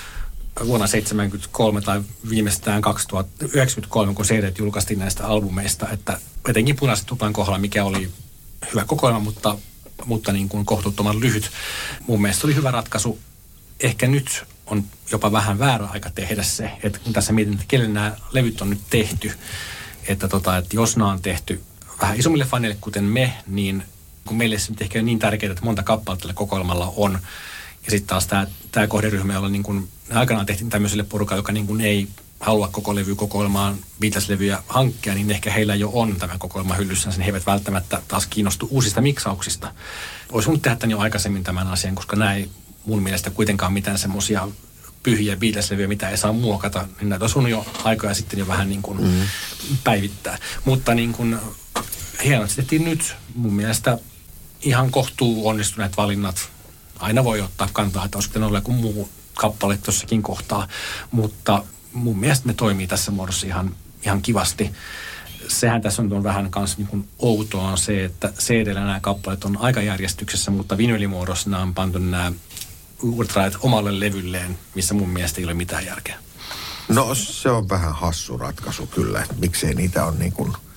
vuonna seitsemänkymmentäkolme tai viimeistään kaksituhattayhdeksänkymmentäkolme, kun C D:t julkaistiin näistä albumeista, että etenkin punaisen tuplan kohdalla, mikä oli hyvä kokoelma, mutta, mutta niin kuin kohtuuttoman lyhyt. Mun mielestä oli hyvä ratkaisu. Ehkä nyt on jopa vähän väärä aika tehdä se, että kun tässä mietin, että kelle nämä levyt on nyt tehty, että, tota, että jos nämä on tehty vähän isommille faneille, kuten me, niin kun meille se nyt ehkä niin tärkeää, että monta kappaletta tällä kokoelmalla on. Ja sitten taas tämä, tämä kohderyhmä, jolla niin kuin aikanaan tehtiin tämmöiselle porukalle, joka niin kuin ei halua koko levy kokoelmaan Beatles-levyjä hankkia, niin ehkä heillä jo on tämä kokoelma hyllyssään, niin he eivät välttämättä taas kiinnostu uusista miksauksista. Olisi voinut tehdä tämän jo aikaisemmin tämän asian, koska nämä ei mun mielestä kuitenkaan mitään semmoisia pyhiä Beatles-levyjä, mitä ei saa muokata, niin näitä olisi jo aikoja sitten jo vähän niin kuin mm. päivittää. Mutta niin kuin hienosti tehtiin nyt mun mielestä ihan kohtuu onnistuneet valinnat. Aina voi ottaa kantaa, että olisiko olla joku muu kappale tuossakin kohtaa, mutta mun mielestä ne toimii tässä muodossa ihan, ihan kivasti. Sehän tässä on, on vähän kanssa niin kuin outoa on se, että C D:llä nämä kappaleet on aikajärjestyksessä, mutta vinylimuodossa nämä on pantu nämä uudet rajat omalle levylleen, missä mun mielestä ei ole mitään järkeä. No se on vähän hassu ratkaisu kyllä, että miksei niitä on niin kuin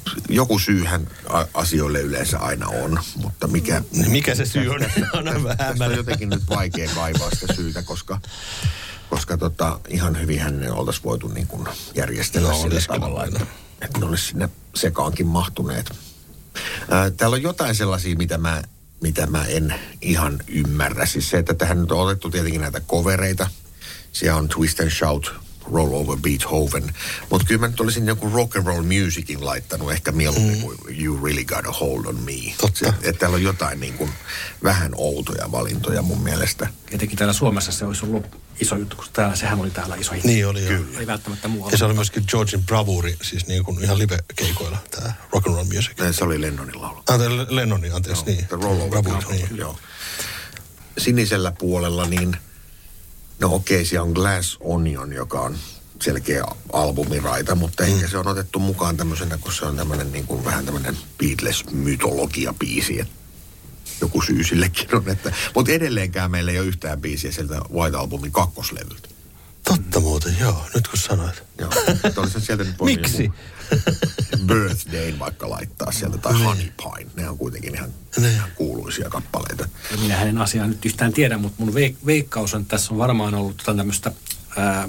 joku syyhän asioille yleensä aina on, mutta mikä... Mikä se syy on? on Tästä on jotenkin nyt vaikea kaivaa sitä syytä, koska, koska tota, ihan hyvinhän ne oltaisiin voitu niin kuin järjestellä no, sillä tavalla, että, että ne olisi sinne sekaankin mahtuneet. Ää, täällä on jotain sellaisia, mitä mä, mitä mä en ihan ymmärrä. Siis se, että tähän nyt on otettu tietenkin näitä covereita. Siellä on Twist and Shout, Roll Over Beethoven. Mutta kyllä mä nyt olisin joku rock and roll musicin laittanut ehkä mieluummin mm. kuin You Really Got a Hold on Me. Totta. Että et täällä on jotain niin kuin vähän outoja valintoja mun mielestä. Etenkin täällä Suomessa se olisi ollut iso juttu, koska täällä, sehän oli täällä iso hitti. Niin oli, kyllä. Ei välttämättä muualla. Ja se oli myöskin Georgin bravuri, siis niin kuin ihan live-keikoilla, tämä rock and roll music. Ja se oli Lennonin laulu. Ah, Lennonin, anteeksi, no, niin. Roll Over Beethoven, niin. Joo. Sinisellä puolella niin... No okei, okay, siellä on Glass Onion, joka on selkeä albumiraita, mutta mm. ehkä se on otettu mukaan tämmöisenä, kun se on tämmöinen niin kuin vähän tämmöinen Beatles-mytologia-biisi, että joku syy sillekin on, että... Mutta edelleenkään meillä ei ole yhtään biisiä sieltä White Albumin kakkoslevyltä. Totta muuten, joo, nyt kun sanoit. Joo, että olisi sieltä nyt voinut miksi? Birthdayn vaikka laittaa sieltä, tai mm. Honey Pine, ne on kuitenkin ihan, ihan kuuluisia kappaleita. Ja minä hänen asiaan nyt yhtään tiedä, mutta mun veik- veikkaus on, että tässä on varmaan ollut tota tämmöistä ää,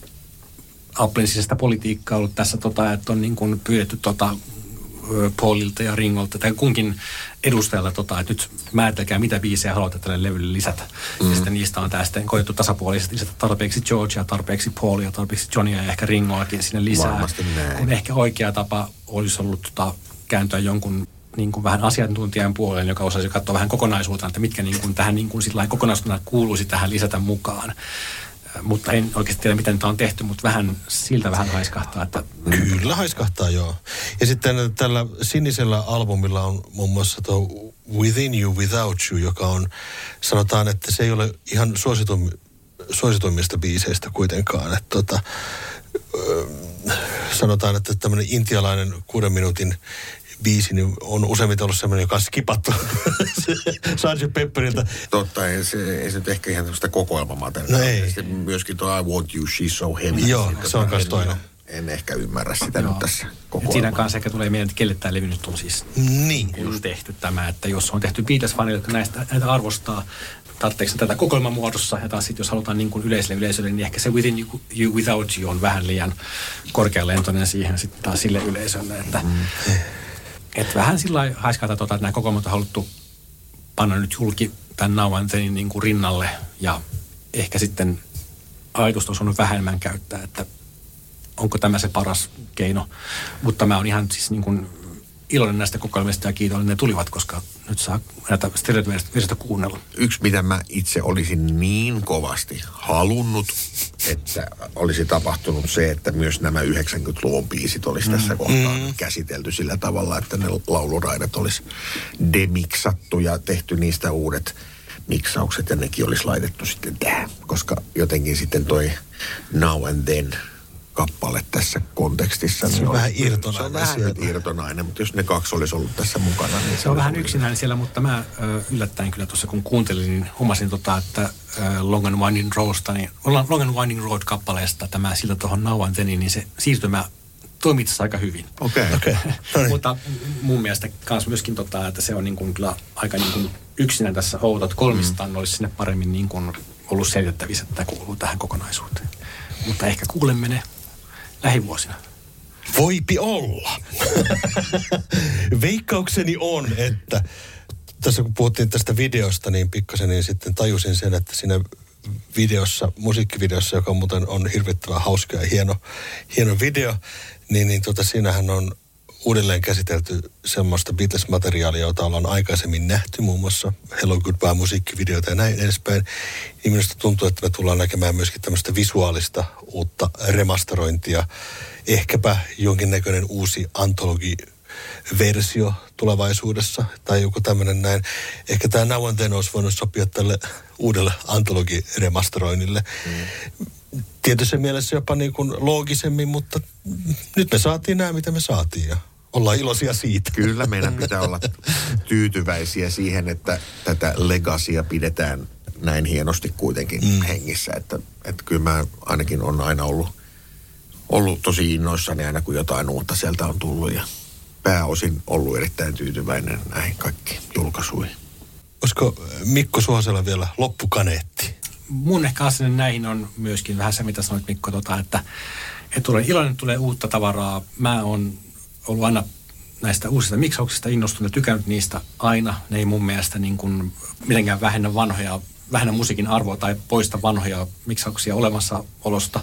Applen sisäistä politiikkaa ollut tässä, tota, että on niin kuin pyydetty tota, Paulilta ja Ringolta tai kunkin edustajalta, tota, että nyt määritelkää, mitä biisejä haluatte tälle levylle lisätä. Mm. Ja sitten niistä on tää sitten koettu tasapuolisesti lisätä tarpeeksi Georgia, tarpeeksi Paulia, tarpeeksi Johnia ja ehkä Ringoakin sinne lisää. Kun ehkä oikea tapa olisi ollut tota, kääntyä jonkun niin kuin vähän asiantuntijan puoleen, joka osaisi katsoa vähän kokonaisuuteen, että mitkä niin kuin, tähän niin kuin, kokonaisuutena kuuluisi tähän lisätä mukaan. Mutta en oikeasti tiedä, miten tämä on tehty, mutta vähän siltä vähän haiskahtaa. Että... Kyllä haiskahtaa, joo. Ja sitten tällä sinisellä albumilla on muun muassa tuo Within You, Without You, joka on, sanotaan, että se ei ole ihan suositum, suosituimmista biiseistä kuitenkaan. Että tota, sanotaan, että tämmöinen intialainen kuuden minuutin biisi niin on useimmiten ollut semmoinen, joka on skipattu sergeant Pepperiltä. Totta, ei se, ei se nyt ehkä ihan tämmöistä kokoelmamateriaalia. No ei. Sitten myöskin tuo I Want You, She's So Heavy. Joo, se on myös toinen. En ehkä ymmärrä sitä Joo. nyt tässä kokoelmaa. Siinä kanssa ehkä tulee mieleen, että kelle tämä levy nyt on siis niin. just tehty tämä, että jos on tehty Beatles-fanille, jotka näistä, näitä arvostaa, tarvitseeko tätä kokoelman muodossa, ja taas sitten jos halutaan niin kuin yleiselle yleisölle, niin ehkä se Within You, you Without You on vähän liian korkealentoinen siihen sitten taas sille yleisölle, että mm. Että vähän sillä lailla haiskata, tota, että nämä kokoelmat on haluttu panna nyt julki tämän Now and Thenin niin kuin rinnalle ja ehkä sitten ajatusta on saanut vähemmän käyttää, että onko tämä se paras keino. Mutta mä oon ihan siis niin kuin iloinen näistä kokoelmista ja kiitollinen ne tulivat, koska nyt saa näitä stereotyversioita kuunnella. Yksi, mitä mä itse olisin niin kovasti halunnut, että olisi tapahtunut se, että myös nämä yhdeksänkymmentäluvun biisit olisi tässä mm. kohtaa mm. käsitelty sillä tavalla, että ne lauluraidat olisi demiksattu ja tehty niistä uudet miksaukset ja nekin olisi laitettu sitten tähän, koska jotenkin sitten toi Now and Then kappale tässä kontekstissa. Se on niin vähän irtonainen. Se on vähän sieltä. irtonainen, mutta jos ne kaksi olisi ollut tässä mukana, niin se, se on vähän yksinäinen siellä, mutta mä ö, yllättäen kyllä tuossa kun kuuntelin, niin huomasin tota, että ö, Long and Winding Roadsta, niin Long and Winding Road-kappaleesta tämä siltä tuohon Now and Theniin, niin se siirtymä toimii tässä aika hyvin. Okei. Okay. Okay. Mutta mun mielestä kans myöskin tota, että se on niin kuin kyllä aika niin kuin yksinään tässä outo, että kolmistaan mm. olisi sinne paremmin niin kuin ollut selitettävissä, että tämä kuuluu tähän kokonaisuuteen. Mutta ehkä kuulemme ne lähivuosina. Voipi olla. Veikkaukseni on, että tässä kun puhuttiin tästä videosta niin pikkasen, niin sitten tajusin sen, että siinä videossa, musiikkivideossa, joka muuten on hirvittävän hauska ja hieno, hieno video, niin, niin tuota, siinähän on uudelleen käsitelty semmoista Beatles-materiaalia, jota ollaan aikaisemmin nähty, muun muassa Hello Goodbye musiikkivideota ja näin edespäin. Niin minusta tuntuu, että me tullaan näkemään myöskin tämmöistä visuaalista uutta remasterointia. Ehkäpä jonkinnäköinen uusi antologiversio tulevaisuudessa tai joku tämmöinen näin. Ehkä tämä Now and Then olisi voinut sopia tälle uudelle antologiremasteroinnille. Mm. Tietyssä mielessä jopa niin kuin loogisemmin, mutta nyt me saatiin nämä, mitä me saatiin ja ollaan iloisia siitä. Kyllä meidän pitää olla tyytyväisiä siihen, että tätä legacya pidetään näin hienosti kuitenkin mm. hengissä. Että, että kyllä mä ainakin on aina ollut, ollut tosi innoissani aina, kun jotain uutta sieltä on tullut ja pääosin ollut erittäin tyytyväinen näihin kaikkiin julkaisuihin. Olisiko Mikko Suhosella vielä loppukaneetti? Mun ehkä asenne näihin on myöskin vähän se, mitä sanoit Mikko, tota, että, että tulee iloinen, tulee uutta tavaraa. Mä oon ollut aina näistä uusista miksauksista innostunut ja tykännyt niistä aina. Ne ei mun mielestä niin kuin mitenkään vähennä vanhoja, vähennä musiikin arvoa tai poista vanhoja miksauksia olemassaolosta.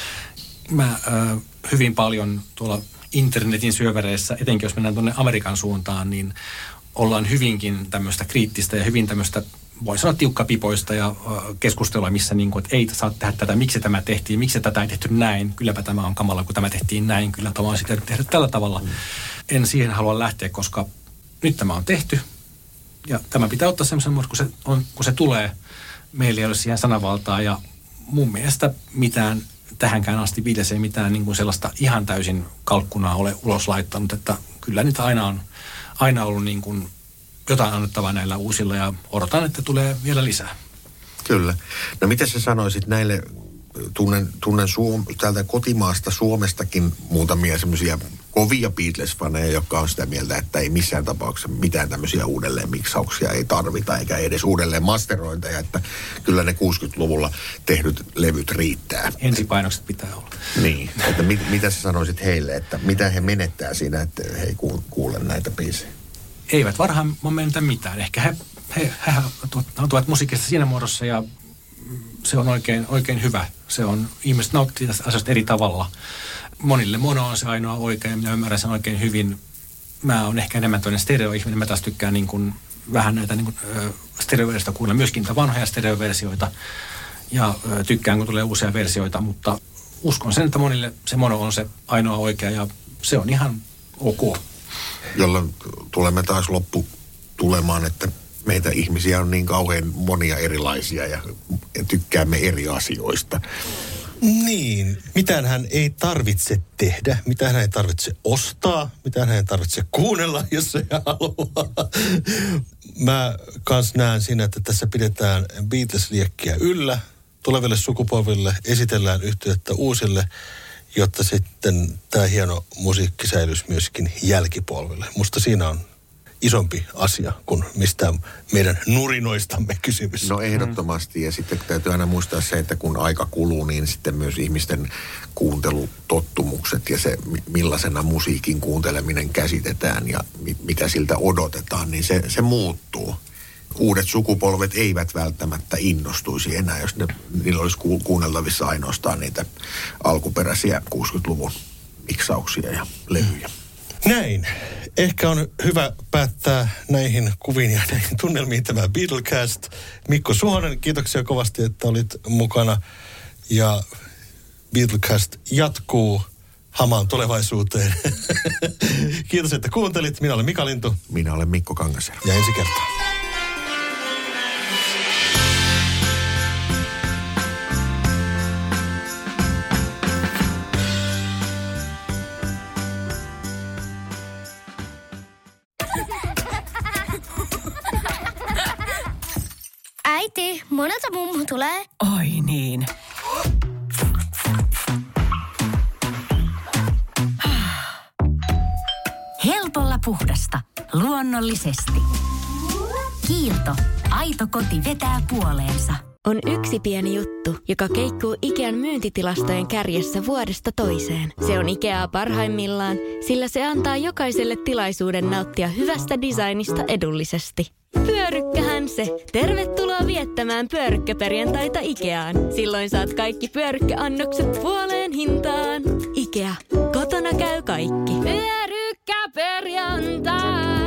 Mä äh, hyvin paljon tuolla internetin syövereissä, etenkin jos mennään tuonne Amerikan suuntaan, niin ollaan hyvinkin tämmöistä kriittistä ja hyvin tämmöistä, voi sanoa tiukkapipoista ja uh, keskustelua, missä niin kuin, että ei saa tehdä tätä, miksi tämä tehtiin, miksi tätä ei tehty näin, kylläpä tämä on kamala, kun tämä tehtiin näin, kyllä tämä on sitä tehdä tällä tavalla. Mm. En siihen halua lähteä, koska nyt tämä on tehty ja tämä pitää ottaa semmoisen muodon, kun se, on, kun se tulee. Meillä ei ole siihen sanavaltaa ja mun mielestä mitään tähänkään asti Beatles ei mitään niin kuin sellaista ihan täysin kalkkunaa ole ulos laittanut, että kyllä niitä aina on aina ollut niin kuin jotain annettavaa näillä uusilla ja odotan, että tulee vielä lisää. Kyllä. No mitä sä sanoisit näille, tunnen, tunnen Suom, täältä kotimaasta Suomestakin muutamia semmoisia kovia Beatles-faneja, jotka on sitä mieltä, että ei missään tapauksessa mitään tämmöisiä uudelleen miksauksia ei tarvita, eikä edes uudelleen masterointeja, että kyllä ne kuusikymmentäluvulla tehdyt levyt riittää. Ensipainokset pitää olla. Niin, että mit, mitä sä sanoisit heille, että mitä he menettää siinä, että he ei kuule näitä biisejä? Eivät varhaan menetä mitään. Ehkä he, he, he tuovat musiikista siinä muodossa ja se on oikein, oikein hyvä. Se on, ihmiset nauttii tästä asiasta eri tavalla. Monille mono on se ainoa oikein ja minä ymmärrän sen oikein hyvin. Mä oon ehkä enemmän toinen stereo-ihminen. Mä taas tykkään niin kuin vähän näitä niin kuin, stereoversioita kuulla, myöskin niitä vanhoja stereoversioita. Ja ö, tykkään, kun tulee uusia versioita, mutta uskon sen, että monille se mono on se ainoa oikea ja se on ihan ok. Jolloin tulemme taas loppu tulemaan, että meitä ihmisiä on niin kauhean monia erilaisia ja tykkäämme eri asioista. Niin, mitään hän ei tarvitse tehdä, mitään hän ei tarvitse ostaa, mitään hän ei tarvitse kuunnella, jos ei halua. Mä kans näen siinä, että tässä pidetään Beatles-liekkiä yllä, tuleville sukupolville esitellään yhtyettä uusille, jotta sitten tämä hieno musiikki säilyisi myöskin jälkipolville. Musta siinä on isompi asia kuin mistään meidän nurinoistamme kysymys. No ehdottomasti. Ja sitten täytyy aina muistaa se, että kun aika kuluu, niin sitten myös ihmisten kuuntelutottumukset ja se, millaisena musiikin kuunteleminen käsitetään ja mitä siltä odotetaan, niin se, se muuttuu. Uudet sukupolvet eivät välttämättä innostuisi enää, jos ne, niillä olisi ku, kuunneltavissa ainoastaan niitä alkuperäisiä kuusikymmentäluvun miksauksia ja levyjä. Näin. Ehkä on hyvä päättää näihin kuviin ja näihin tunnelmiin tämä Beatlecast. Mikko Suhonen, kiitoksia kovasti, että olit mukana. Ja Beatlecast jatkuu hamaan tulevaisuuteen. Kiitos, että kuuntelit. Minä olen Mika Lintu. Minä olen Mikko Kangasero. Ja ensi kertaa. Äiti, monelta mummu tulee? Oi niin. Helpolla puhdasta. Luonnollisesti. Kiilto. Aito koti vetää puoleensa. On yksi pieni juttu, joka keikkuu Ikean myyntitilastojen kärjessä vuodesta toiseen. Se on Ikeaa parhaimmillaan, sillä se antaa jokaiselle tilaisuuden nauttia hyvästä designista edullisesti. Pyörykkähän se. Tervetuloa viettämään pyörykkäperjantaita Ikeaan. Silloin saat kaikki pyörykkäannokset puoleen hintaan. Ikea. Kotona käy kaikki. Pyörykkäperjantai.